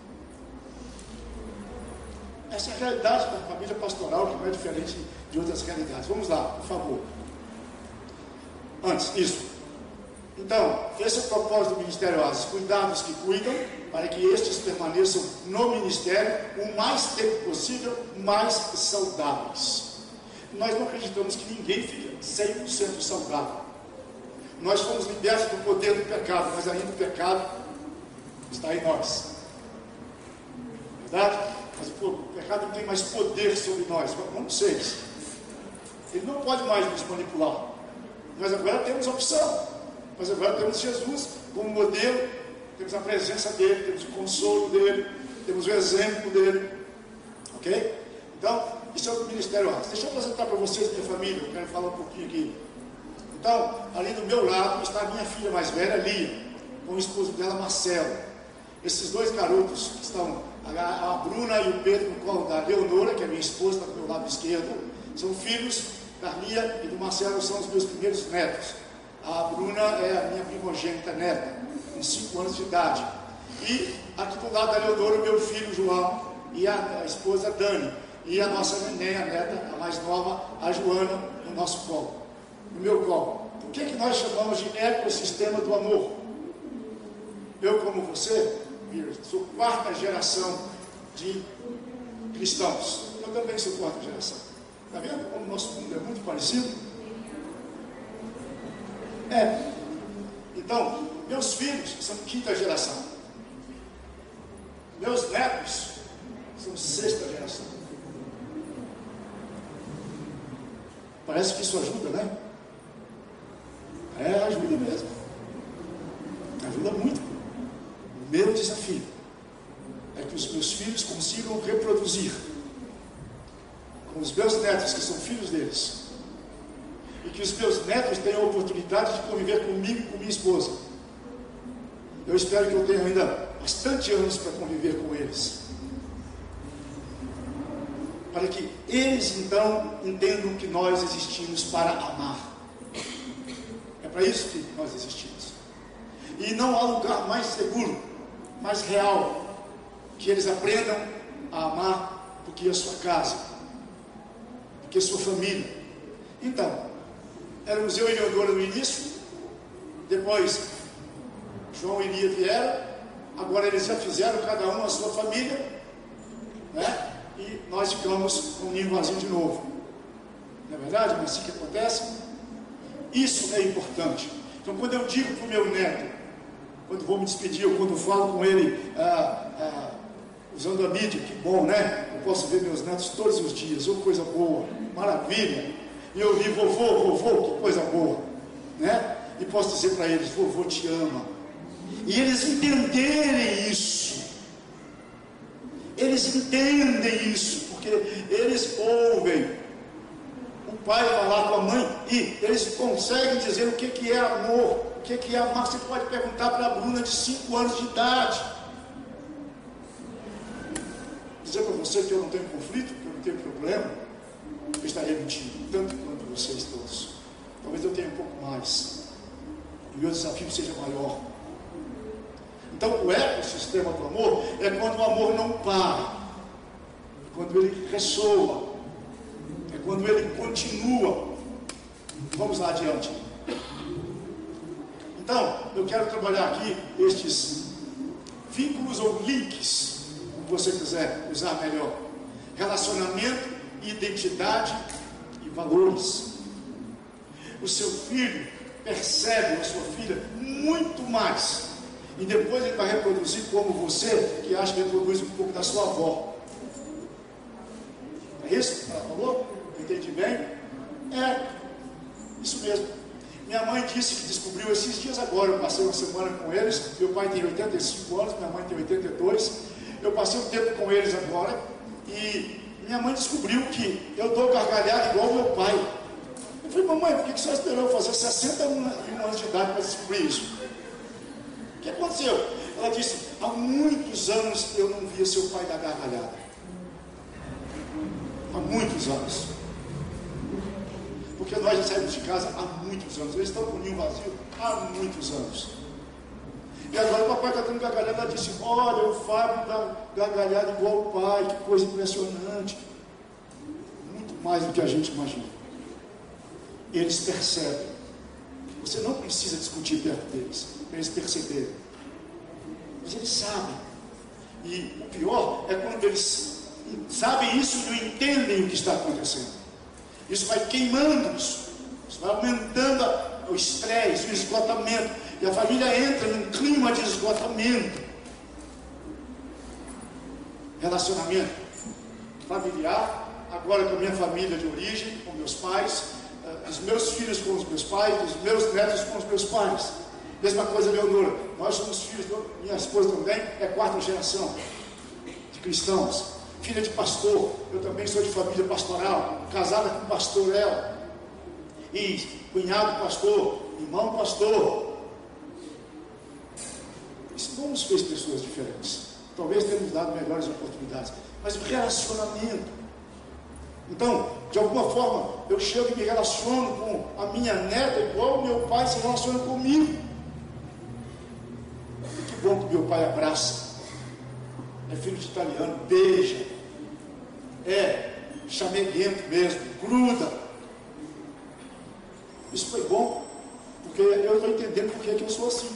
Speaker 5: Essa é a realidade da família pastoral, que não é diferente de outras realidades. Vamos lá, por favor. Antes, isso. Então, esse é o propósito do Ministério Oásis: cuidar dos que cuidam, para que estes permaneçam no ministério o mais tempo possível, mais saudáveis. Nós não acreditamos que ninguém fica 100% saudável. Nós fomos libertos do poder do pecado, mas ainda o pecado está em nós. Verdade? Mas o pecado não tem mais poder sobre nós, como seres. Ele não pode mais nos manipular. Nós agora temos opção. Nós agora temos Jesus como modelo, temos a presença dele, temos o consolo dele, temos o exemplo dele. Ok? Então, isso é o Ministério Oásis. Deixa eu apresentar para vocês minha família, eu quero falar um pouquinho aqui. Então, ali do meu lado está a minha filha mais velha, Lia, com o esposo dela, Marcelo. Esses dois garotos que estão, a Bruna e o Pedro, no colo da Leonora, que é minha esposa, está do meu lado esquerdo, são filhos da Lia e do Marcelo, são os meus primeiros netos. A Bruna é a minha primogênita neta, com 5 anos de idade. E aqui do lado da Leonora, o meu filho João e a esposa Dani. E a nossa neném, a neta, a mais nova, a Joana, no nosso colo, no meu colo. O que nós chamamos de ecossistema do amor? Eu, como você, sou 4ª geração de cristãos. Eu também sou 4ª geração. Está vendo como o nosso mundo é muito parecido? Então, meus filhos são 5ª geração. Meus netos são 6ª geração. Parece que isso ajuda, né? Ajuda mesmo. é que os meus filhos consigam reproduzir com os meus netos, que são filhos deles, e que os meus netos tenham a oportunidade de conviver comigo e com minha esposa. Eu espero que eu tenha ainda bastante anos para conviver com eles, para que eles então entendam que nós existimos para amar. É para isso que nós existimos. E não há lugar mais seguro, mais real, que eles aprendam a amar do que a sua casa, do que a sua família. Então, éramos eu e Leonora no início, depois João e Lia vieram, agora eles já fizeram cada um a sua família, né? E nós ficamos com um ninho vazio de novo. Não é verdade? Não é assim que acontece? Isso é importante. Então, quando eu digo para o meu neto, quando vou me despedir, ou quando falo com ele, usando a mídia, que bom, né? Eu posso ver meus netos todos os dias, oh, coisa boa, maravilha. E eu ouvi, vovô, que coisa boa, né? E posso dizer para eles, vovô te ama. E eles entenderem isso. Eles entendem isso, porque eles ouvem o pai falar com a mãe e eles conseguem dizer o que é amor, o que é amar. Você pode perguntar para a Bruna de 5 anos de idade. Dizer para você que eu não tenho conflito, que eu não tenho problema, eu estaria mentindo, tanto quanto vocês todos. Talvez eu tenha um pouco mais. E o meu desafio seja maior. Então, o ecossistema do amor é quando o amor não para, é quando ele ressoa, é quando ele continua. Vamos lá adiante. Então, eu quero trabalhar aqui estes vínculos ou links, como você quiser usar melhor: relacionamento, identidade e valores. O seu filho percebe a sua filha muito mais. E depois ele vai reproduzir como você, que acha que reproduz um pouco da sua avó. É isso que ela falou? Entendi bem? É, isso mesmo. Minha mãe disse que descobriu esses dias agora. Eu passei uma semana com eles. Meu pai tem 85 anos, minha mãe tem 82. Eu passei um tempo com eles agora. E minha mãe descobriu que eu dou gargalhada igual meu pai. Eu falei, mamãe, por que você esperou eu fazer 61 anos de idade para descobrir isso? O que aconteceu? Ela disse, há muitos anos eu não via seu pai dar gargalhada. Há muitos anos. Porque nós já saímos de casa há muitos anos. Eles estão com o ninho vazio há muitos anos. E agora o papai está dando gargalhada. Ela disse, olha, o Fábio dá gargalhada igual o pai. Que coisa impressionante. Muito mais do que a gente imagina. Eles percebem. Você não precisa discutir perto deles, para eles perceberem. Mas eles sabem. E o pior é quando eles sabem isso e não entendem o que está acontecendo. Isso vai queimando isso vai aumentando o estresse, o esgotamento. E a família entra num clima de esgotamento. Relacionamento familiar, agora com a minha família de origem, com meus pais, os meus filhos com os meus pais, os meus netos com os meus pais. Mesma coisa, Leonora. Nós somos filhos, minha esposa também é 4ª geração de cristãos. Filha de pastor, eu também sou de família pastoral, casada com pastor ela. E cunhado pastor, irmão pastor. Isso não nos fez pessoas diferentes. Talvez tenhamos dado melhores oportunidades. Mas o relacionamento. Então, de alguma forma, eu chego e me relaciono com a minha neta igual o meu pai se relaciona comigo. E que bom que meu pai abraça. É filho de italiano, beija. É chameguento mesmo, gruda. Isso foi bom, porque eu estou entendendo por que eu sou assim.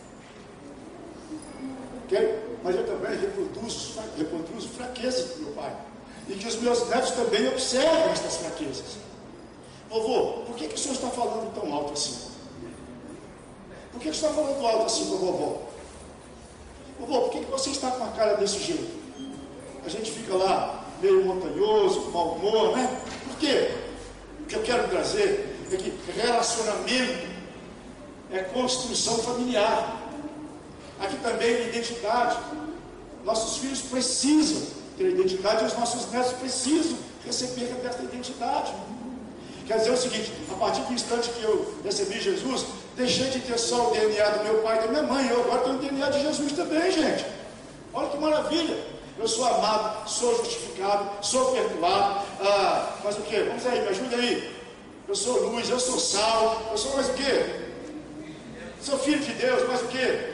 Speaker 5: Okay? Mas eu também reproduzo fraquezas do meu pai. E que os meus netos também observam estas fraquezas. Vovô, por que o senhor está falando tão alto assim? Por que o senhor está falando alto assim com a vovó? Vovô, por que você está com a cara desse jeito? A gente fica lá meio montanhoso, mau humor, né? Por quê? O que eu quero trazer é que relacionamento é construção familiar. Aqui também é identidade. nossos filhos precisam ter identidade e os nossos netos precisam receber essa identidade. Quer dizer o seguinte, a partir do instante que eu recebi Jesus, deixei de ter só o DNA do meu pai e da minha mãe, eu agora tenho o DNA de Jesus também, gente. Olha que maravilha. Eu sou amado, sou justificado, sou perdoado. Mas o que? Vamos aí, me ajuda aí. Eu sou luz, eu sou sal, eu sou mais o quê? Sou filho de Deus, mais o quê?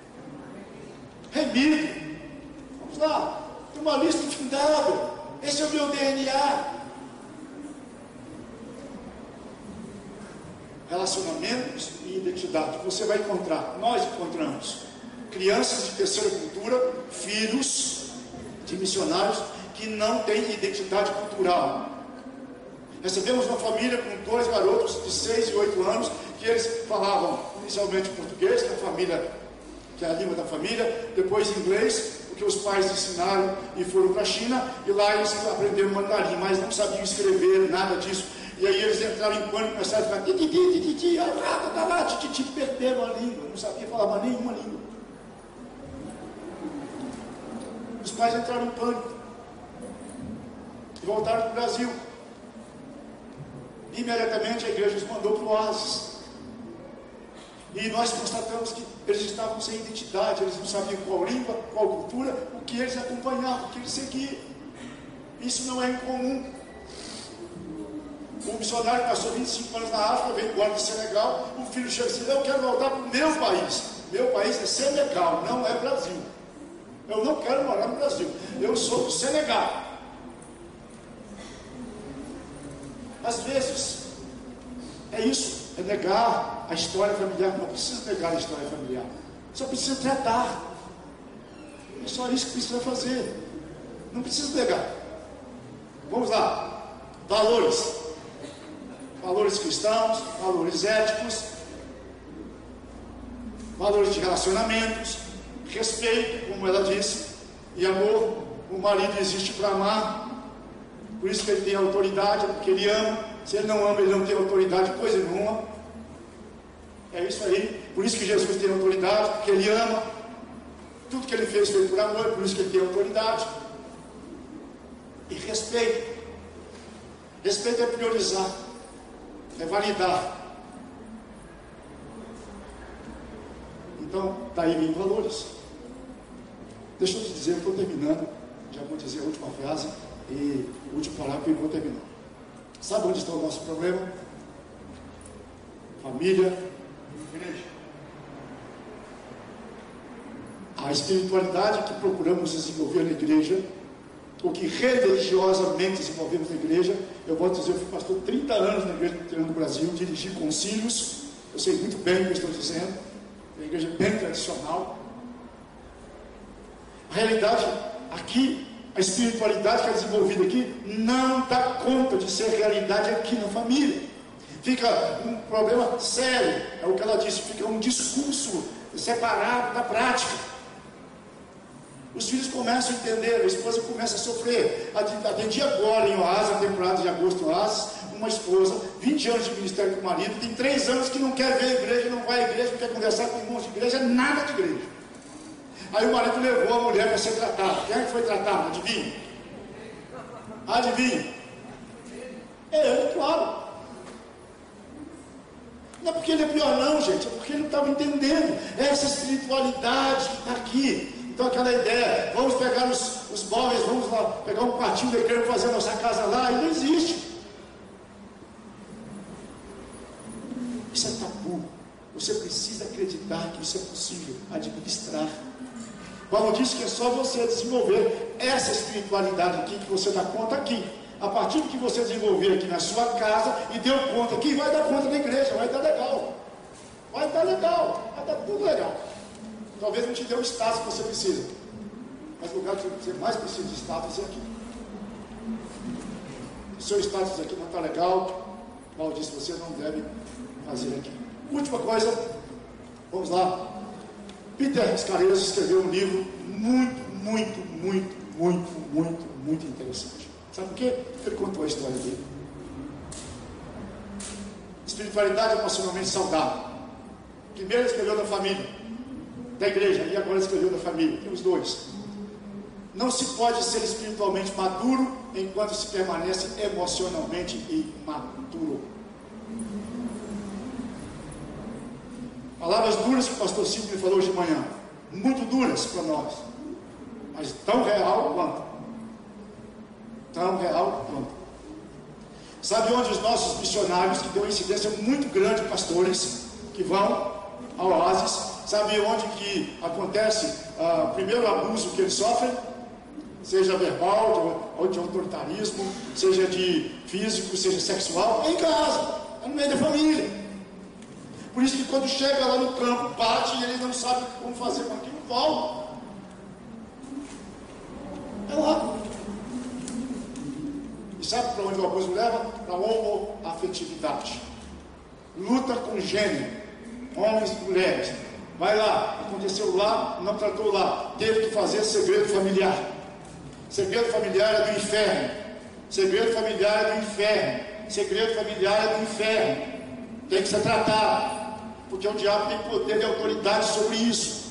Speaker 5: Remido. Vamos lá. Tem uma lista infindável. Esse é o meu DNA. Relacionamentos e identidade. Você vai encontrar, nós encontramos crianças de terceira cultura, filhos de missionários que não têm identidade cultural. Recebemos uma família com 2 garotos de 6 e 8 anos que eles falavam inicialmente português, que é a família, que é a língua da família, depois inglês, porque os pais ensinaram e foram para a China, e lá eles aprenderam mandarim, mas não sabiam escrever, nada disso. E aí eles entraram em pânico, começaram a ficar perderam a língua, não sabia falar mais nenhuma língua. Os pais entraram em pânico e voltaram para o Brasil. Imediatamente a igreja os mandou para o oásis. E nós constatamos que eles estavam sem identidade, eles não sabiam qual língua, qual cultura, o que eles acompanhavam, o que eles seguiam. Isso não é incomum. Um missionário passou 25 anos na África, veio embora de Senegal, o filho chega e diz: eu quero voltar para o meu país. Meu país é Senegal, não é Brasil. Eu não quero morar no Brasil. Eu sou do Senegal. Às vezes, é isso, é negar a história familiar. Não precisa negar a história familiar, só precisa tratar. É só isso que precisa fazer. Não precisa negar. Vamos lá. Valores. Valores cristãos, valores éticos, valores de relacionamentos, respeito, como ela disse, e amor. O marido existe para amar, por isso que ele tem autoridade, porque ele ama. Se ele não ama, ele não tem autoridade, coisa nenhuma. É isso aí. Por isso que Jesus tem autoridade, porque ele ama. Tudo que ele fez foi por amor, por isso que ele tem autoridade. E respeito. Respeito é priorizar, é validar. Então, daí vem valores. Deixa eu te dizer, eu estou terminando, já vou dizer a última frase e o último parágrafo e vou terminar. Sabe onde está o nosso problema? Família, igreja. A espiritualidade que procuramos desenvolver na igreja, o que religiosamente desenvolvemos na igreja, eu vou dizer, eu fui pastor 30 anos na igreja luterana do Brasil, dirigi concílios, eu sei muito bem o que eu estou dizendo, é uma igreja bem tradicional. A realidade aqui, a espiritualidade que é desenvolvida aqui, não dá conta de ser realidade aqui na família. Fica um problema sério, é o que ela disse, fica um discurso separado da prática. Os filhos começam a entender, a esposa começa a sofrer. Atendi agora em Oasis, a temporada de agosto em Oasis, uma esposa, 20 anos de ministério com o marido, tem 3 anos que não quer ver a igreja, não vai à igreja, não quer conversar com irmãos de igreja, nada de igreja. Aí o marido levou a mulher para ser tratada. Quem é que foi tratado? Adivinha? Adivinha? É ele, claro. Não é porque ele é pior não, gente, é porque ele não estava entendendo essa espiritualidade que está aqui. Então aquela ideia, vamos pegar os móveis, vamos lá pegar um quartinho da igreja, fazer a nossa casa lá, e não existe. Isso é tabu. Você precisa acreditar que isso é possível, administrar. Paulo disse que é só você desenvolver essa espiritualidade aqui, que você dá conta aqui. A partir do que você desenvolver aqui na sua casa e deu conta aqui, vai dar conta na igreja, vai dar legal. Vai dar legal, vai dar tudo legal. Talvez não te dê o status que você precisa, mas o lugar que você mais precisa de status é aqui. O seu status aqui não está legal, Paulo disse, você não deve fazer aqui. Última coisa, vamos lá. Peter Scareccio escreveu um livro muito interessante. Sabe por quê? Ele contou a história dele. Espiritualidade emocionalmente saudável. Primeiro ele escreveu da família, da igreja, e agora escreveu da família. Tem os dois. Não se pode ser espiritualmente maduro enquanto se permanece emocionalmente imaturo. Palavras duras que o pastor Silvio me falou hoje de manhã. Muito duras para nós. Mas tão real quanto. Tão real quanto. Sabe onde os nossos missionários, que dão incidência muito grande, pastores, que vão ao oásis, sabe onde que acontece primeiro abuso que eles sofrem? Seja verbal, ou de autoritarismo, seja de físico, seja sexual, é em casa, é no meio da família. Por isso que quando chega lá no campo, bate e eles não sabem como fazer com aquilo, volta. É lá. E sabe para onde o abuso leva? Para a homoafetividade. Luta com gênero, homens e mulheres. Vai lá, aconteceu lá, não tratou lá, teve que fazer segredo familiar. Segredo familiar é do inferno. Segredo familiar é do inferno. Segredo familiar é do inferno. Tem que ser tratado, porque o diabo tem poder e autoridade sobre isso.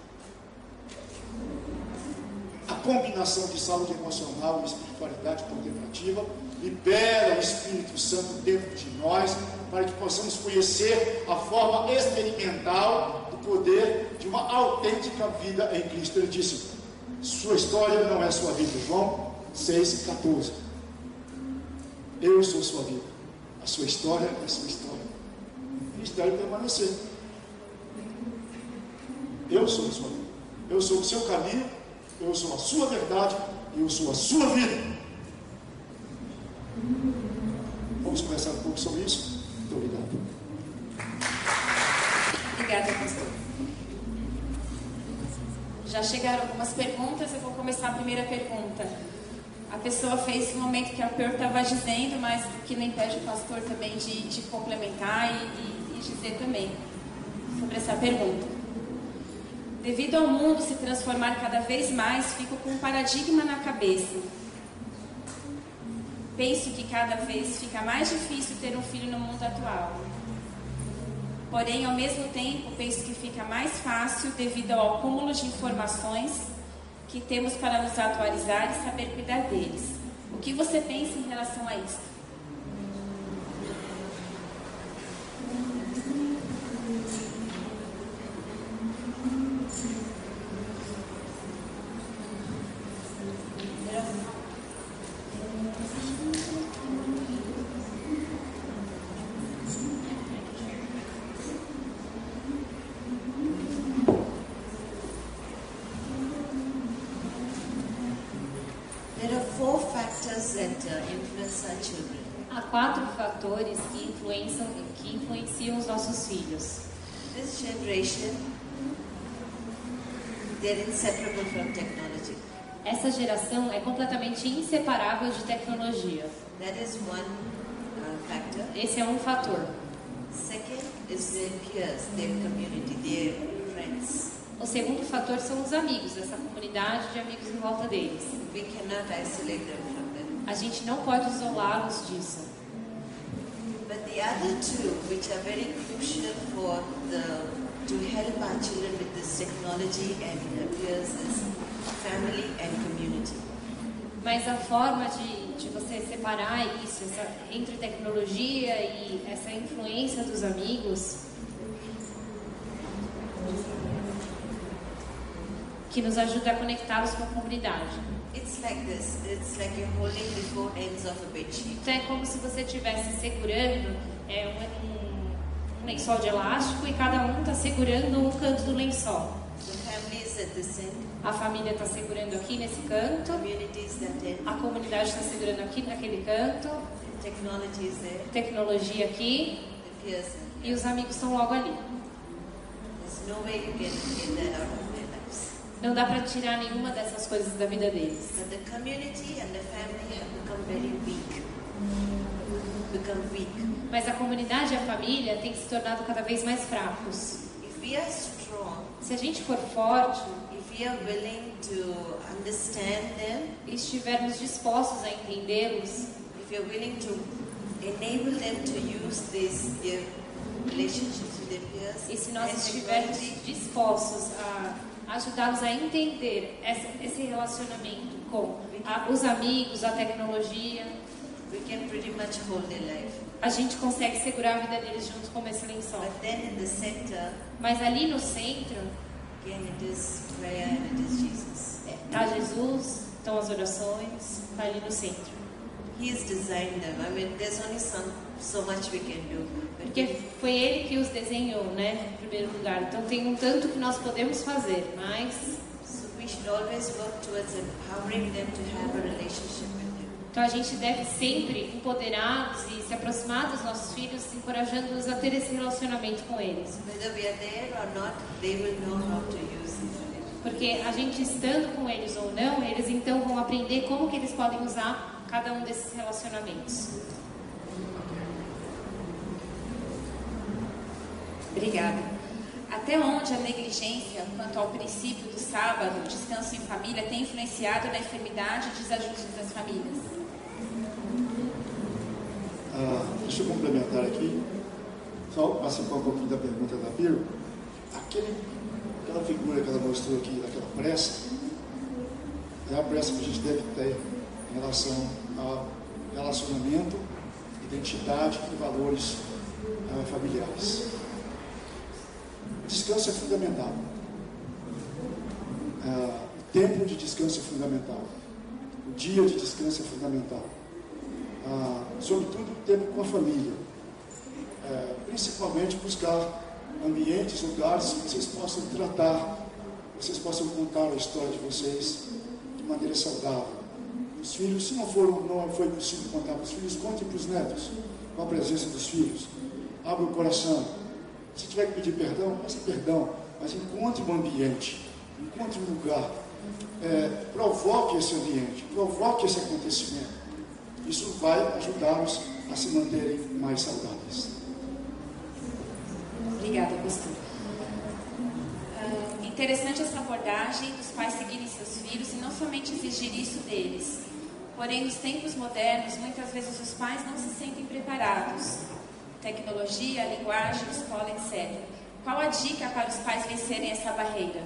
Speaker 5: A combinação de saúde emocional e espiritualidade contemplativa libera o Espírito Santo dentro de nós para que possamos conhecer a forma experimental do poder de uma autêntica vida em Cristo. Ele disse: sua história não é sua vida. João 6,14. Eu sou sua vida. A sua história é a sua história. Cristo deve permanecer. Eu sou a sua vida. Eu sou o seu caminho. Eu sou a sua verdade. E eu sou a sua vida. Vamos conversar um pouco sobre isso? Muito obrigado.
Speaker 4: Obrigada, pastor. Já chegaram algumas perguntas, eu vou começar a primeira pergunta. A pessoa fez no momento que a Peu estava dizendo, mas que não impede o pastor também de complementar e dizer também sobre essa pergunta. Devido ao mundo se transformar cada vez mais, fico com um paradigma na cabeça. Penso que cada vez fica mais difícil ter um filho no mundo atual. Porém, ao mesmo tempo, penso que fica mais fácil devido ao acúmulo de informações que temos para nos atualizar e saber cuidar deles. O que você pensa em relação a isso?
Speaker 2: Há 4 fatores que influenciam os nossos filhos.
Speaker 1: This generation, they're inseparable from technology.
Speaker 2: Essa geração é completamente inseparável de tecnologia.
Speaker 1: That is one factor.
Speaker 2: Esse é um fator.
Speaker 1: Second is their peers, their community, their friends.
Speaker 2: O segundo fator são os amigos, essa comunidade de amigos em volta deles.
Speaker 1: We cannot isolate them from them.
Speaker 2: A gente não pode isolá-los disso.
Speaker 1: But the other two, which are very crucial to help our children with this technology and peers, is family and community.
Speaker 2: Mas a forma de você separar isso, entre tecnologia e essa influência dos amigos, que nos ajuda a conectá-los com a comunidade.
Speaker 1: It's like this. It's like you're holding the four ends of a bedsheet.
Speaker 2: Então é como se você estivesse segurando um lençol de elástico e cada um está segurando um canto do lençol.
Speaker 1: The family is at this end.
Speaker 2: A família está segurando aqui nesse canto.
Speaker 1: Community is that end.
Speaker 2: A comunidade está segurando aqui naquele canto.
Speaker 1: Technology is there.
Speaker 2: Tecnologia aqui.
Speaker 1: The peers are there.
Speaker 2: E os amigos estão logo ali.
Speaker 1: There's no way you can get that out of their lives.
Speaker 2: Não dá para tirar nenhuma dessas coisas da vida deles.
Speaker 1: But the community and the family have become very weak.
Speaker 2: Mas a comunidade e a família têm se tornado cada vez mais fracos.
Speaker 1: If we are strong,
Speaker 2: se a gente for forte,
Speaker 1: if we are willing to understand them,
Speaker 2: e estivermos dispostos a entendê-los,
Speaker 1: if we are willing to enable them to use their relationships with their peers,
Speaker 2: e se nós estivermos dispostos a ajudá-los a entender esse relacionamento com os amigos, a tecnologia.
Speaker 1: We can pretty much hold their life.
Speaker 2: A gente consegue segurar a vida deles junto com esse lençol.
Speaker 1: But then in the center,
Speaker 2: Mas ali no centro
Speaker 1: again, it is prayer and it is Jesus.
Speaker 2: está Jesus, estão as orações, está ali no centro.
Speaker 1: He's designed them. I mean, there's only so much we can do. But
Speaker 2: Porque foi ele que os desenhou, né, em primeiro lugar. Então tem um tanto que nós podemos fazer, mas
Speaker 1: so we should always work towards empowering them to have a relationship with Him.
Speaker 2: então a gente deve sempre empoderá-los e se aproximar dos nossos filhos, encorajando-os a ter esse relacionamento com eles.
Speaker 1: Whether we are there or not, they will know how to use it.
Speaker 2: Porque a gente estando com eles ou não, eles então vão aprender como que eles podem usar cada um desses relacionamentos.
Speaker 4: Obrigada. Até onde a negligência quanto ao princípio do sábado, descanso em família, tem influenciado na enfermidade e desajustes das famílias?
Speaker 5: Deixa eu complementar aqui, só participar um pouquinho da pergunta da Biro. Aquela figura que ela mostrou aqui, daquela pressa, é a pressa que a gente deve ter em relação ao relacionamento, identidade e valores familiares. O descanso é fundamental. O tempo de descanso é fundamental. O dia de descanso é fundamental. Sobretudo o tempo com a família. Principalmente buscar ambientes, lugares que vocês possam tratar, vocês possam contar a história de vocês de maneira saudável. Os filhos, se não foi possível contar para os filhos, conte para os netos, com a presença dos filhos. Abra o coração. Se tiver que pedir perdão, peça perdão, mas encontre um ambiente, encontre um lugar, provoque esse ambiente, provoque esse acontecimento. Isso vai ajudá-los a se manterem mais saudáveis.
Speaker 4: Obrigada, pastor. Interessante essa abordagem dos pais seguirem seus filhos e não somente exigir isso deles. Porém, nos tempos modernos, muitas vezes os pais não se sentem preparados. Tecnologia, linguagem, escola, etc. Qual a dica para os pais vencerem essa barreira?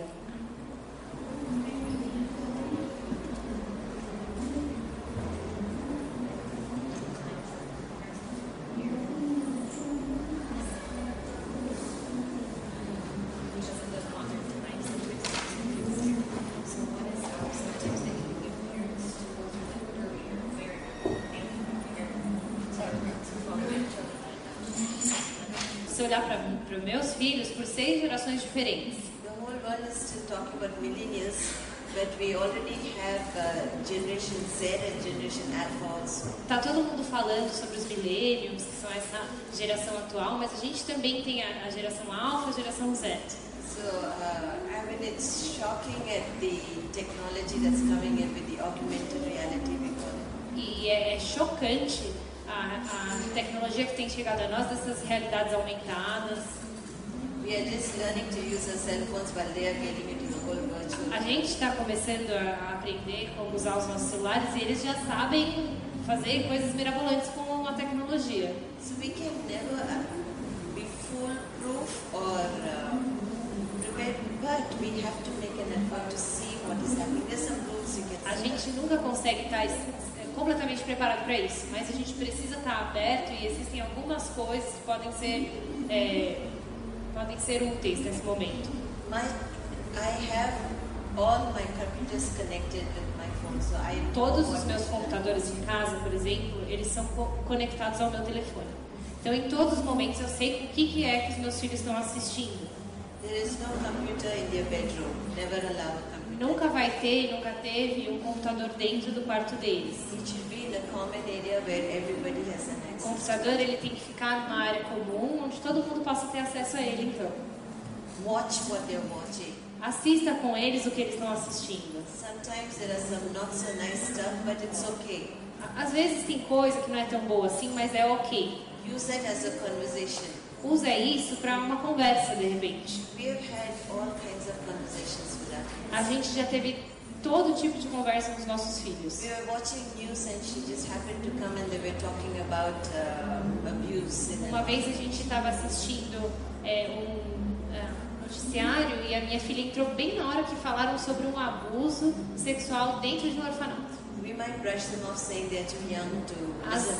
Speaker 2: Se olhar para os meus filhos por 6 gerações diferentes.
Speaker 1: The whole world is still talking about millennials, but we already have Generation Z and Generation Alpha also.
Speaker 2: Tá todo mundo falando sobre os millennials, que são essa geração atual, mas a gente também tem a geração Alpha, a geração Z.
Speaker 1: So, I mean, it's shocking at the technology that's coming in with the augmented reality, we call it.
Speaker 2: E é chocante a tecnologia que tem chegado a nós, dessas realidades aumentadas.
Speaker 1: We are just learning to use our cell phones while they are getting into the whole virtual.
Speaker 2: A gente está começando a aprender como usar os nossos celulares e eles já sabem fazer coisas mirabolantes com a tecnologia.
Speaker 1: So we can never be foolproof or prepared, but we have to make an effort to see what is happening. There's some rules you can
Speaker 2: A
Speaker 1: see.
Speaker 2: gente nunca consegue estar completamente preparado para isso, mas a gente precisa estar aberto e existem algumas coisas que podem ser úteis nesse momento.
Speaker 1: I have all my computers connected with my phone, so I know
Speaker 2: Todos os
Speaker 1: what
Speaker 2: meus
Speaker 1: is
Speaker 2: computadores em casa, por exemplo, eles são conectados ao meu telefone. Então, em todos os momentos, eu sei o que é que os meus filhos estão assistindo.
Speaker 1: There is no computer in their bedroom. Never allow a computer.
Speaker 2: Nunca vai ter, nunca teve um computador dentro do quarto deles.
Speaker 1: It should be in a common area where everybody has an
Speaker 2: O
Speaker 1: access.
Speaker 2: computador ele tem que ficar numa área comum, onde todo mundo possa ter acesso a ele, então.
Speaker 1: Watch what they're watching.
Speaker 2: Assista com eles o que eles estão assistindo.
Speaker 1: Sometimes there are some not so nice stuff, but it's okay.
Speaker 2: Às vezes tem coisa que não é tão boa assim, mas é ok.
Speaker 1: Use it as a conversation.
Speaker 2: Usa isso para uma conversa, de repente.
Speaker 1: We have had all kinds of conversations with our kids.
Speaker 2: A gente já teve todo tipo de conversa com os nossos filhos.
Speaker 1: We were watching news and she just happened to come and they were talking about abuse.
Speaker 2: Uma vez a gente estava assistindo noticiário e a minha filha entrou bem na hora que falaram sobre um abuso sexual dentro de um orfanato.
Speaker 1: We might brush them off saying they're too young to listen.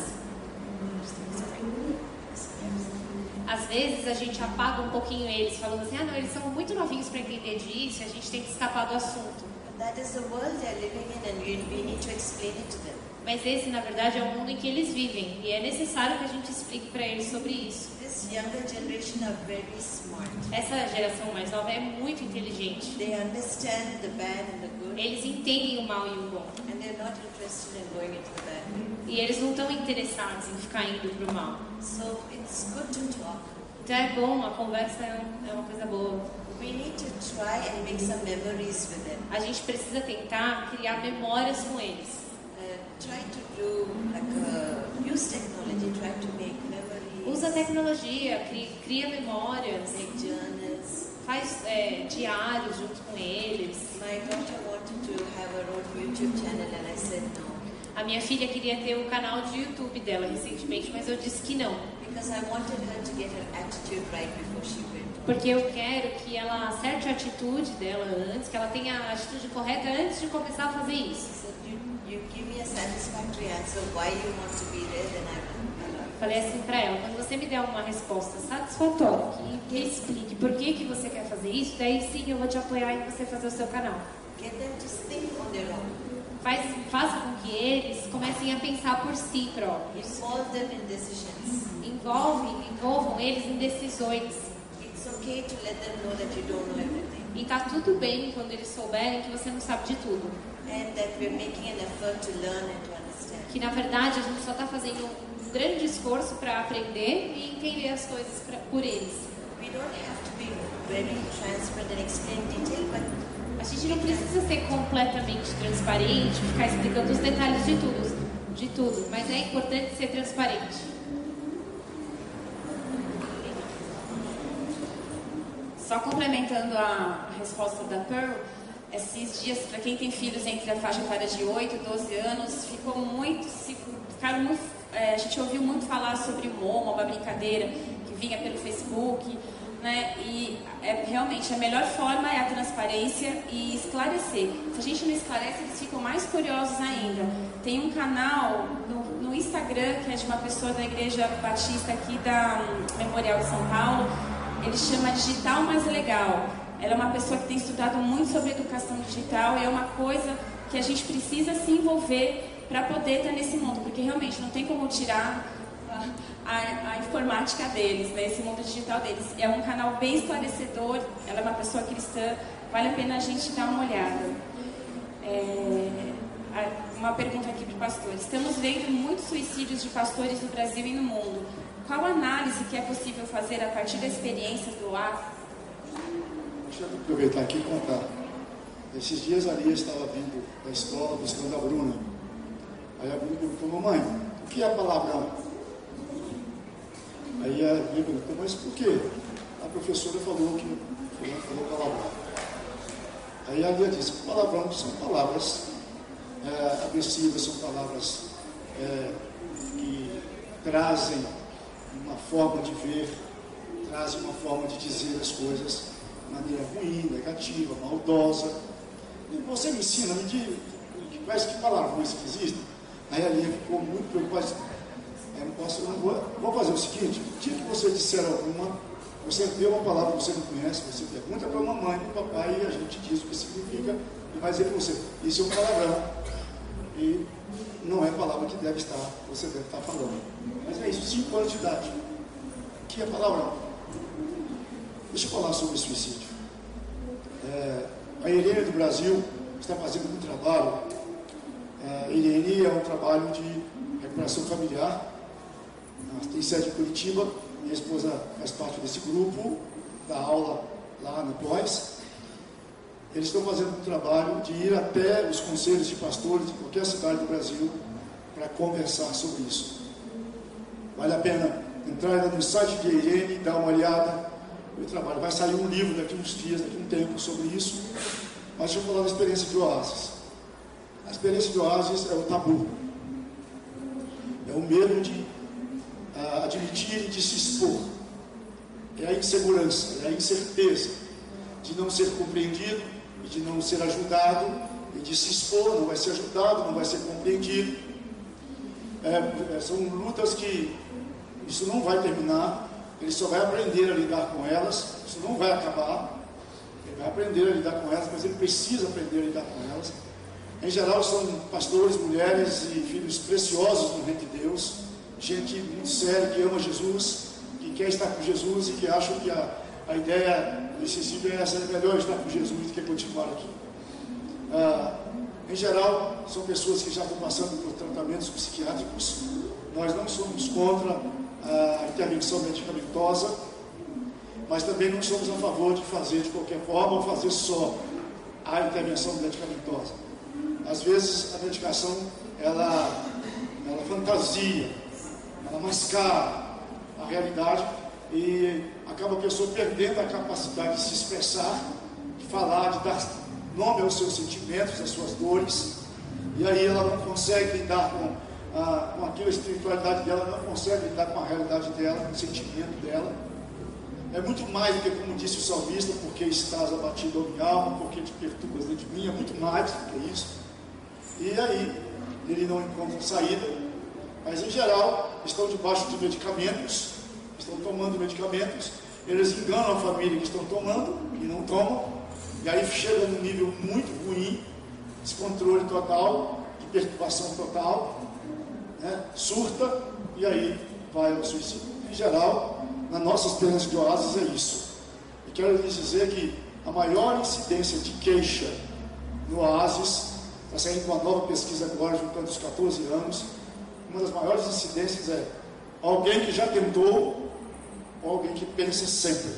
Speaker 2: Às vezes a gente apaga um pouquinho eles, falando assim, não, eles são muito novinhos para entender disso, e a gente tem que escapar do assunto.
Speaker 1: That is the world they're living in, and we need to explain it to them.
Speaker 2: Mas esse, na verdade, é o mundo em que eles vivem, e é necessário que a gente explique para eles sobre isso.
Speaker 1: This younger generation are very smart.
Speaker 2: Essa geração mais nova é muito inteligente.
Speaker 1: They understand the bad and the good,
Speaker 2: Eles entendem o mal e o bom.
Speaker 1: and they're not interested in going into the bad.
Speaker 2: E eles não estão interessados em ficar indo para o mal.
Speaker 1: So it's good to talk.
Speaker 2: Então é bom, a conversa é uma coisa boa.
Speaker 1: We need to try and make some memories with them.
Speaker 2: A gente precisa tentar criar memórias com eles.
Speaker 1: Try to do use technology. Try to make memories.
Speaker 2: Usa a tecnologia, cria memórias,
Speaker 1: Make journals.
Speaker 2: faz diários junto com eles.
Speaker 1: My daughter wanted to have her own YouTube channel, and I said no.
Speaker 2: A minha filha queria ter o canal de YouTube dela recentemente, mas eu disse que não.
Speaker 1: Because I wanted her to get her attitude right before she went.
Speaker 2: Porque eu quero que ela acerte a atitude dela antes, que ela tenha a atitude correta antes de começar a fazer isso.
Speaker 1: So you give me a satisfactory answer why you want to be there, then I will.
Speaker 2: Falei assim pra ela, quando você me der uma resposta satisfatória, que explique por que você quer fazer isso, daí sim eu vou te apoiar em você fazer o seu canal.
Speaker 1: Get them to think on their own.
Speaker 2: Faça com que eles comecem a pensar por si próprios.
Speaker 1: Involve them in decisions.
Speaker 2: Envolvam eles em decisões.
Speaker 1: It's okay to let them know that you don't know everything.
Speaker 2: E tá tudo bem quando eles souberem que você não sabe de tudo.
Speaker 1: And that we're making an effort to learn and to understand.
Speaker 2: Que na verdade a gente só está fazendo um grande esforço para aprender e entender as coisas por eles.
Speaker 1: We don't have to be very transparent and explain detail, but
Speaker 2: A gente não precisa ser completamente transparente, ficar explicando os detalhes de tudo, mas é importante ser transparente.
Speaker 4: Só complementando a resposta da Pearl, esses dias, para quem tem filhos entre a faixa etária de 8 e 12 anos, a gente ouviu muito falar sobre Momo, uma brincadeira que vinha pelo Facebook, né? E realmente a melhor forma é a transparência e esclarecer. Se a gente não esclarece, eles ficam mais curiosos ainda. Tem um canal no Instagram que é de uma pessoa da Igreja Batista aqui da Memorial de São Paulo. Ele chama Digital Mais Legal. Ela é uma pessoa que tem estudado muito sobre educação digital e é uma coisa que a gente precisa se envolver para poder estar nesse mundo, porque realmente não tem como tirar a informática deles, né, esse mundo digital deles. É um canal bem esclarecedor, ela é uma pessoa cristã, vale a pena a gente dar uma olhada. Uma pergunta aqui para o pastor. Estamos vendo muitos suicídios de pastores no Brasil e no mundo. Qual análise que é possível fazer a partir da experiência do ar?
Speaker 5: Deixa eu aproveitar aqui e contar. Esses dias a Lia estava vindo da escola buscando a Bruna. Aí a Bruna perguntou, mamãe, o que é palavrão? Aí a Lia perguntou, mas por quê? A professora falou que falou palavrão. Aí a Lia disse, palavrão são palavras agressivas, são palavras que trazem uma forma de ver, trazem uma forma de dizer as coisas de maneira ruim, negativa, maldosa. E você me ensina, me diz quais que palavrões que existem. Aí a Lia ficou muito preocupada. Vou fazer o seguinte, o dia que você disser alguma, você vê uma palavra que você não conhece, você pergunta para a mamãe e para o papai e a gente diz o que significa e vai dizer para você, isso é um palavrão. E não é a palavra que você deve estar falando. Mas é isso, 5 anos de idade. O que é palavrão? Deixa eu falar sobre suicídio. A Irene do Brasil está fazendo um trabalho. A Irene é um trabalho de recuperação familiar. Ela tem sede em Curitiba. Minha esposa faz parte desse grupo, dá aula lá no pós. Eles estão fazendo um trabalho de ir até os conselhos de pastores de qualquer cidade do Brasil para conversar sobre isso. Vale a pena entrar no site de Irene e dar uma olhada no trabalho. Vai sair um livro daqui a uns dias, daqui a um tempo sobre isso. Mas deixa eu falar da experiência de Oasis. A experiência de Oasis é o tabu. É o medo de admitir e de se expor. É a insegurança, é a incerteza. de não ser compreendido, e de não ser ajudado, e de se expor, não vai ser ajudado, não vai ser compreendido. São lutas que isso não vai terminar, ele só vai aprender a lidar com elas, isso não vai acabar, ele vai aprender a lidar com elas, mas ele precisa aprender a lidar com elas. Em geral são pastores, mulheres e filhos preciosos no reino de Deus, gente muito séria que ama Jesus, que quer estar com Jesus e que acha que a ideia decisiva é essa, é melhor estar com Jesus do que continuar aqui. Em geral, são pessoas que já estão passando por tratamentos psiquiátricos. Nós não somos contra a intervenção medicamentosa, mas também não somos a favor de fazer de qualquer forma ou fazer só a intervenção medicamentosa. Às vezes a medicação ela fantasia, ela mascara a realidade e acaba a pessoa perdendo a capacidade de se expressar, de falar, de dar nome aos seus sentimentos, às suas dores, e aí ela não consegue lidar com aquilo, a espiritualidade dela não consegue lidar com a realidade dela, com o sentimento dela. É muito mais do que, como disse o salmista, porque estás abatido a minha alma, porque te perturbas dentro de mim, é muito mais do que isso. E aí ele não encontra saída, mas em geral estão debaixo de medicamentos, estão tomando medicamentos, eles enganam a família que estão tomando e não tomam, e aí chega num nível muito ruim, descontrole total, de perturbação total, né? Surta, e aí vai ao suicídio. Em geral, na nossa experiência de Oásis é isso. E quero lhes dizer que a maior incidência de queixa no Oásis, está saindo uma nova pesquisa agora, juntando os 14 anos, uma das maiores incidências é alguém que já tentou, ou alguém que pensa sempre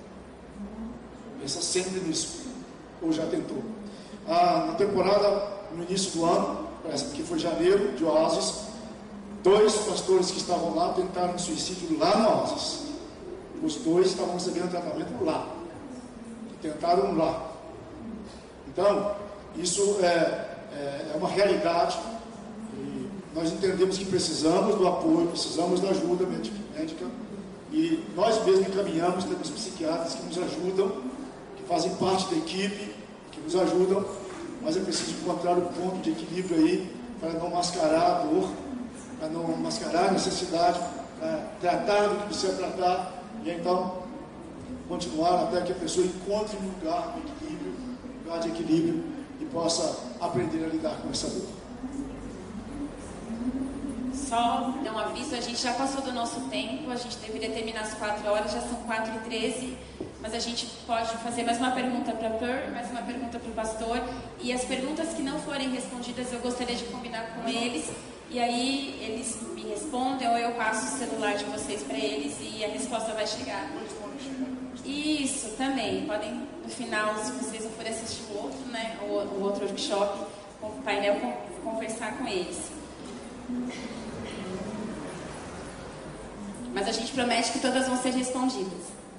Speaker 5: nisso, ou já tentou. Na temporada, no início do ano, parece que foi janeiro, de Oásis, 2 pastores que estavam lá tentaram suicídio lá no Oásis. Os 2 estavam recebendo tratamento lá, tentaram lá. Então, isso é uma realidade, e nós entendemos que precisamos do apoio, precisamos da ajuda médica, e nós mesmos encaminhamos, temos psiquiatras que nos ajudam, que fazem parte da equipe, que nos ajudam, mas é preciso encontrar um ponto de equilíbrio aí, para não mascarar a dor, para não mascarar a necessidade, para tratar do que precisa tratar, e então continuar até que a pessoa encontre um lugar de equilíbrio, e possa aprender a lidar com essa dor.
Speaker 4: Só dar um aviso, a gente já passou do nosso tempo, a gente deveria terminar às 4 horas, já são 4h13, mas a gente pode fazer mais uma pergunta para a Per, mais uma pergunta para o pastor, e as perguntas que não forem respondidas eu gostaria de combinar com eles, e aí eles me respondem ou eu passo o celular de vocês para eles e a resposta vai chegar. Isso, também, podem no final, se vocês não forem assistir o outro, né, o outro workshop, com o painel, conversar com eles. Mas a gente promete que todas vão ser respondidas.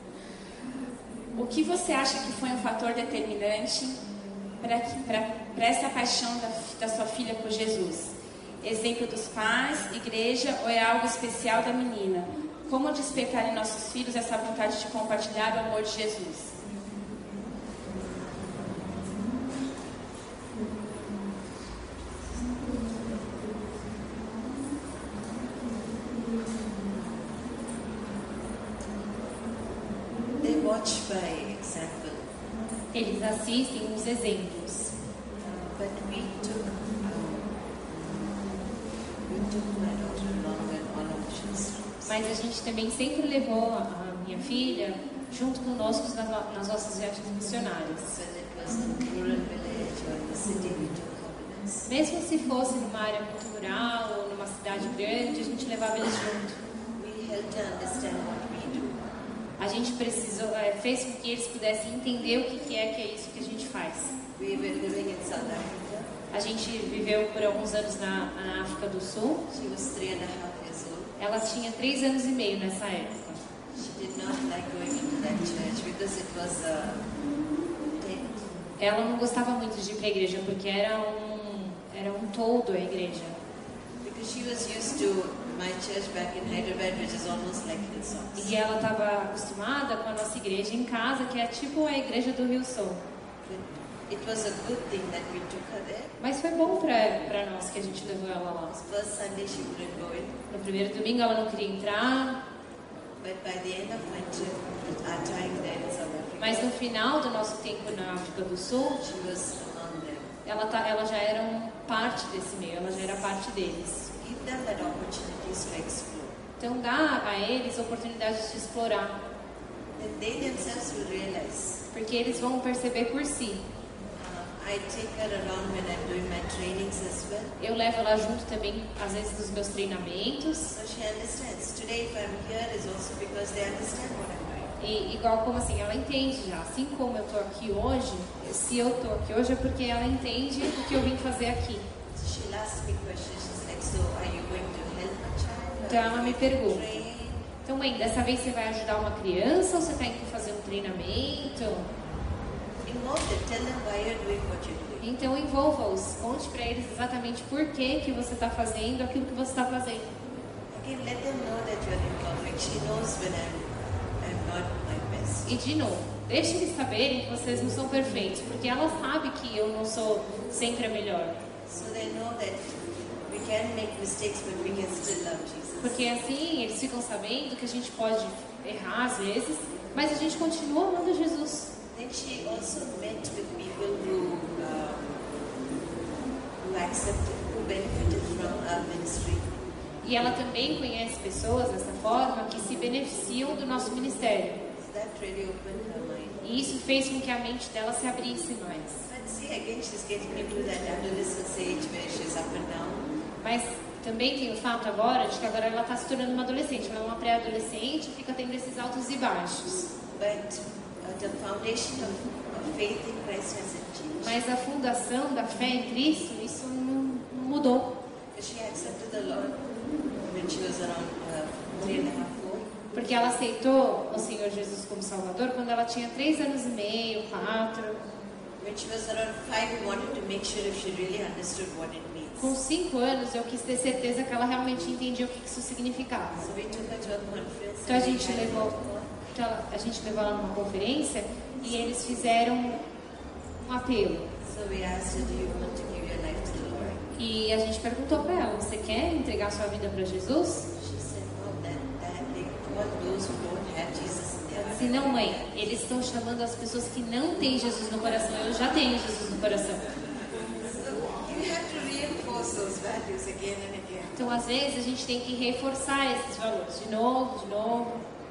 Speaker 4: O que você acha que foi um fator determinante para essa paixão da sua filha por Jesus? Exemplo dos pais, igreja ou é algo especial da menina? Como despertar em nossos filhos essa vontade de compartilhar o amor de Jesus?
Speaker 1: They watch by example.
Speaker 2: Eles assistem os exemplos.
Speaker 1: But we took my daughter along and all of us.
Speaker 2: Mas a gente também sempre levou a minha filha junto conosco nas nossas viagens missionárias.
Speaker 1: Whether it was in a rural village or in the city, we took covenants.
Speaker 2: Mesmo se fosse numa área muito rural ou numa cidade grande, a gente levava eles junto.
Speaker 1: We helped to understand what we do.
Speaker 2: A gente fez com que eles pudessem entender o que é isso que a gente faz.
Speaker 1: We were living in South Africa.
Speaker 2: A gente viveu por alguns anos na África do Sul.
Speaker 1: She was 3.5 years old.
Speaker 2: Ela tinha 3 anos e meio nessa época.
Speaker 1: She did not like going into that church because it was a tent.
Speaker 2: Ela não gostava muito de ir para a igreja porque era um toldo a igreja.
Speaker 1: Because she was used to my church back in Hyderabad, which is almost like Hillsongs.
Speaker 2: E ela estava acostumada com a nossa igreja em casa, que é tipo a igreja do Rio Som.
Speaker 1: It was a good thing that we took her there.
Speaker 2: Mas foi bom para nós que a gente levou ela lá.
Speaker 1: First Sunday she couldn't go in,
Speaker 2: No primeiro domingo ela não queria entrar,
Speaker 1: but by the end of my trip, our time there in South Africa,
Speaker 2: mas no final do nosso tempo na África do Sul,
Speaker 1: she was among them.
Speaker 2: ela já era parte desse meio, ela já era parte deles.
Speaker 1: Give them that opportunities to explore.
Speaker 2: Então dá a eles oportunidades de explorar,
Speaker 1: Then they themselves will realize.
Speaker 2: porque eles vão perceber por si.
Speaker 1: I take her around when I'm doing my trainings as well.
Speaker 2: Eu levo ela junto também, às vezes, nos meus treinamentos.
Speaker 1: So she understands. Today, if I'm here, is also because they understand what I'm doing.
Speaker 2: E igual como assim, ela entende já. Assim como eu estou aqui hoje, se eu estou aqui hoje é porque ela entende o que eu vim fazer aqui.
Speaker 1: So she'll ask me questions. She's like, so are you going to help a child?
Speaker 2: Então ela me pergunta.
Speaker 1: Train?
Speaker 2: Então, mãe, dessa vez você vai ajudar uma criança ou você está indo fazer um treinamento?
Speaker 1: Involve them. Tell them why you're doing what you're doing.
Speaker 2: Então envolva-os. Conte para eles exatamente por que você está fazendo aquilo que você está fazendo.
Speaker 1: Again, let them know that you're imperfect. She knows when I'm not my best.
Speaker 2: E de novo, deixe eles saberem que vocês não são perfeitos, porque ela sabe que eu não sou sempre a melhor.
Speaker 1: So they know that we can make mistakes, but we can still love Jesus.
Speaker 2: Porque assim eles ficam sabendo que a gente pode errar às vezes, mas a gente continua amando Jesus.
Speaker 1: Then she also met with people who accepted, who benefited from our ministry.
Speaker 2: E ela também conhece pessoas dessa forma que se beneficiam do nosso ministério.
Speaker 1: So that really opened her mind.
Speaker 2: E isso fez com que a mente dela se abrisse mais.
Speaker 1: But see, again, she's getting into that adolescence age where she's up and down.
Speaker 2: Mas também tem o fato agora de que agora ela está se tornando uma adolescente. Ela é uma pré-adolescente e fica tendo esses altos e baixos.
Speaker 1: But the foundation of faith in Christ hasn't changed.
Speaker 2: Mas a fundação da fé em Cristo, isso não mudou.
Speaker 1: She accepted the Lord when she was around 3.5, 4.
Speaker 2: Porque ela aceitou o Senhor Jesus como Salvador quando ela tinha 3 anos e meio, 4.
Speaker 1: When she was around 5, we wanted to make sure if she really understood what it means.
Speaker 2: Com 5 anos, eu quis ter certeza que ela realmente entendia o que isso significava.
Speaker 1: So we took her to a conference.
Speaker 2: Então a
Speaker 1: and we
Speaker 2: gente
Speaker 1: had
Speaker 2: levou, a gente levou ela numa conferência e eles fizeram um apelo.
Speaker 1: So we asked her, do you want to give your life to the Lord?
Speaker 2: E a gente perguntou para ela, você quer entregar sua vida para Jesus?
Speaker 1: She said, no, they call those who don't have Jesus in their
Speaker 2: Ela
Speaker 1: heart.
Speaker 2: disse, não, mãe, eles estão chamando as pessoas que não têm Jesus no coração. Eu já tenho Jesus no coração.
Speaker 1: So you have to reinforce those values again and again.
Speaker 2: Então, às vezes, a gente tem que reforçar esses valores de novo, de novo.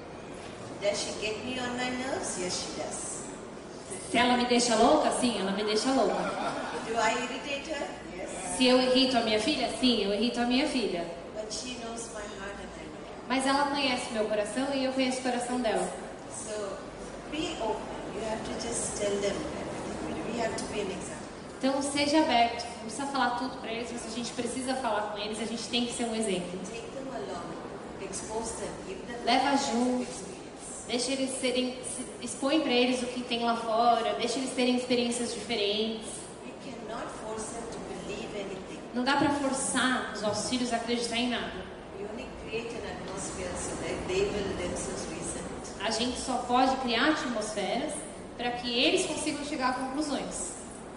Speaker 1: Does she get me on my nerves? Yes, she does.
Speaker 2: Se ela me deixa louca, sim, ela me deixa louca.
Speaker 1: Do I irritate her? Yes.
Speaker 2: Se eu irrito a minha filha, sim, eu irrito a minha filha.
Speaker 1: But she knows my heart and I know.
Speaker 2: Mas ela conhece meu coração e eu conheço o coração dela.
Speaker 1: So be open. You have to just tell them everything. We have to be an example.
Speaker 2: Então, seja aberto. Não precisa falar tudo para eles, mas a gente precisa falar com eles. A gente tem que ser um exemplo.
Speaker 1: Take them along. Expose them. Give them
Speaker 2: Leva
Speaker 1: the
Speaker 2: junto.
Speaker 1: experience.
Speaker 2: Deixa eles expõe para eles o que tem lá fora. Deixa eles terem experiências diferentes.
Speaker 1: We cannot force them to believe anything.
Speaker 2: Não dá para forçar os nossos filhos a acreditar em nada.
Speaker 1: We only create an atmosphere so that they will themselves reason it.
Speaker 2: A gente só pode criar atmosferas para que eles consigam chegar a conclusões.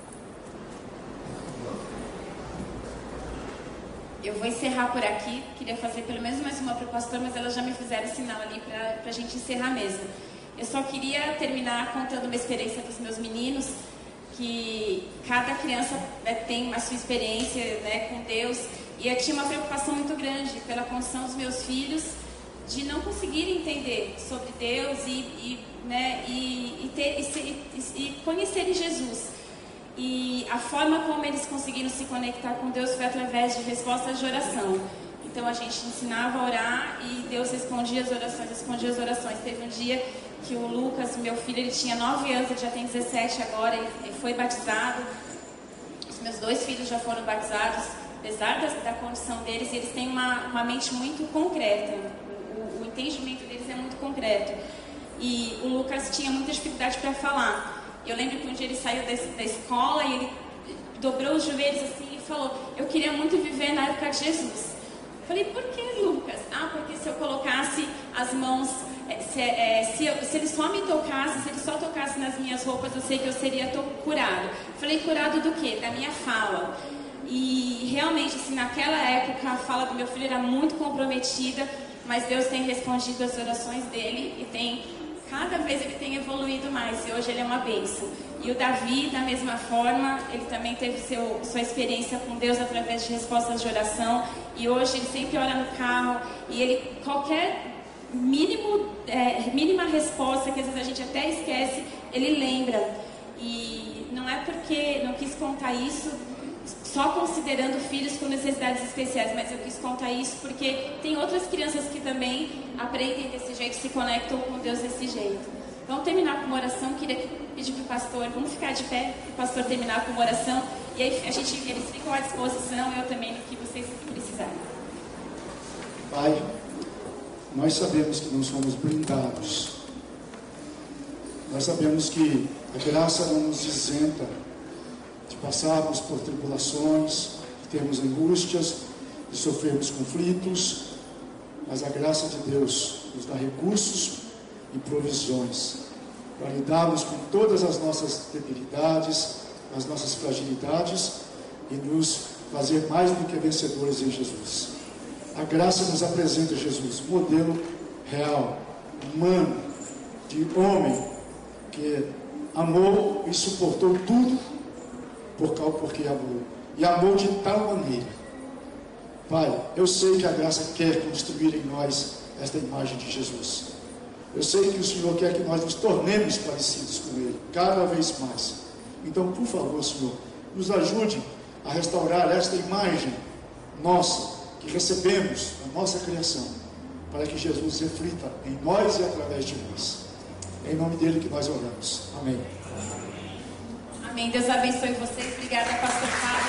Speaker 4: Eu vou encerrar por aqui. Queria fazer pelo menos mais uma para o pastor, mas elas já me fizeram sinal ali para a gente encerrar mesmo. Eu só queria terminar contando uma experiência dos meus meninos, que cada criança tem a sua experiência, né, com Deus. E eu tinha uma preocupação muito grande pela condição dos meus filhos de não conseguirem entender sobre Deus e conhecerem Jesus. E a forma como eles conseguiram se conectar com Deus foi através de respostas de oração. Então a gente ensinava a orar e Deus respondia as orações. Teve um dia que o Lucas, meu filho, ele tinha 9 anos, ele já tem 17 agora, ele foi batizado. Os meus 2 filhos já foram batizados, apesar da condição deles, eles têm uma mente muito concreta. O entendimento deles é muito concreto. E o Lucas tinha muita dificuldade para falar. Eu lembro que um dia ele saiu da escola e ele dobrou os joelhos assim e falou: eu queria muito viver na época de Jesus. Falei, por que, Lucas? Ah, porque se eu colocasse as mãos, se ele só me tocasse, se ele só tocasse nas minhas roupas, eu sei que eu seria curado. Falei, curado do quê? Da minha fala. E realmente, assim, naquela época, a fala do meu filho era muito comprometida, mas Deus tem respondido as orações dele e cada vez ele tem evoluído mais, e hoje ele é uma bênção. E o Davi, da mesma forma, ele também teve sua experiência com Deus através de respostas de oração, e hoje ele sempre ora no carro, e ele, qualquer mínima resposta, que às vezes a gente até esquece, ele lembra. E não é porque, não quis contar isso só considerando filhos com necessidades especiais, mas eu quis contar isso porque tem outras crianças que também aprendem desse jeito, se conectam com Deus desse jeito. Vamos terminar com uma oração. Queria pedir para o pastor, vamos ficar de pé, para o pastor terminar com uma oração, e aí eles ficam à disposição, eu também, no que vocês precisarem.
Speaker 5: Pai, nós sabemos que não somos blindados, nós sabemos que a graça não nos isenta de passarmos por tribulações, de termos angústias, de sofrermos conflitos, mas a graça de Deus nos dá recursos e provisões para lidarmos com todas as nossas debilidades, as nossas fragilidades e nos fazer mais do que vencedores em Jesus. A graça nos apresenta Jesus, modelo real, humano, de homem que amou e suportou tudo porque amou, e amou de tal maneira. Pai, eu sei que a graça quer construir em nós esta imagem de Jesus. Eu sei que o Senhor quer que nós nos tornemos parecidos com Ele, cada vez mais. Então, por favor, Senhor, nos ajude a restaurar esta imagem nossa, que recebemos na nossa criação, para que Jesus reflita em nós e através de nós. É em nome dele que nós oramos. Amém.
Speaker 4: Amém. Deus abençoe vocês. Obrigada, pastor Fábio.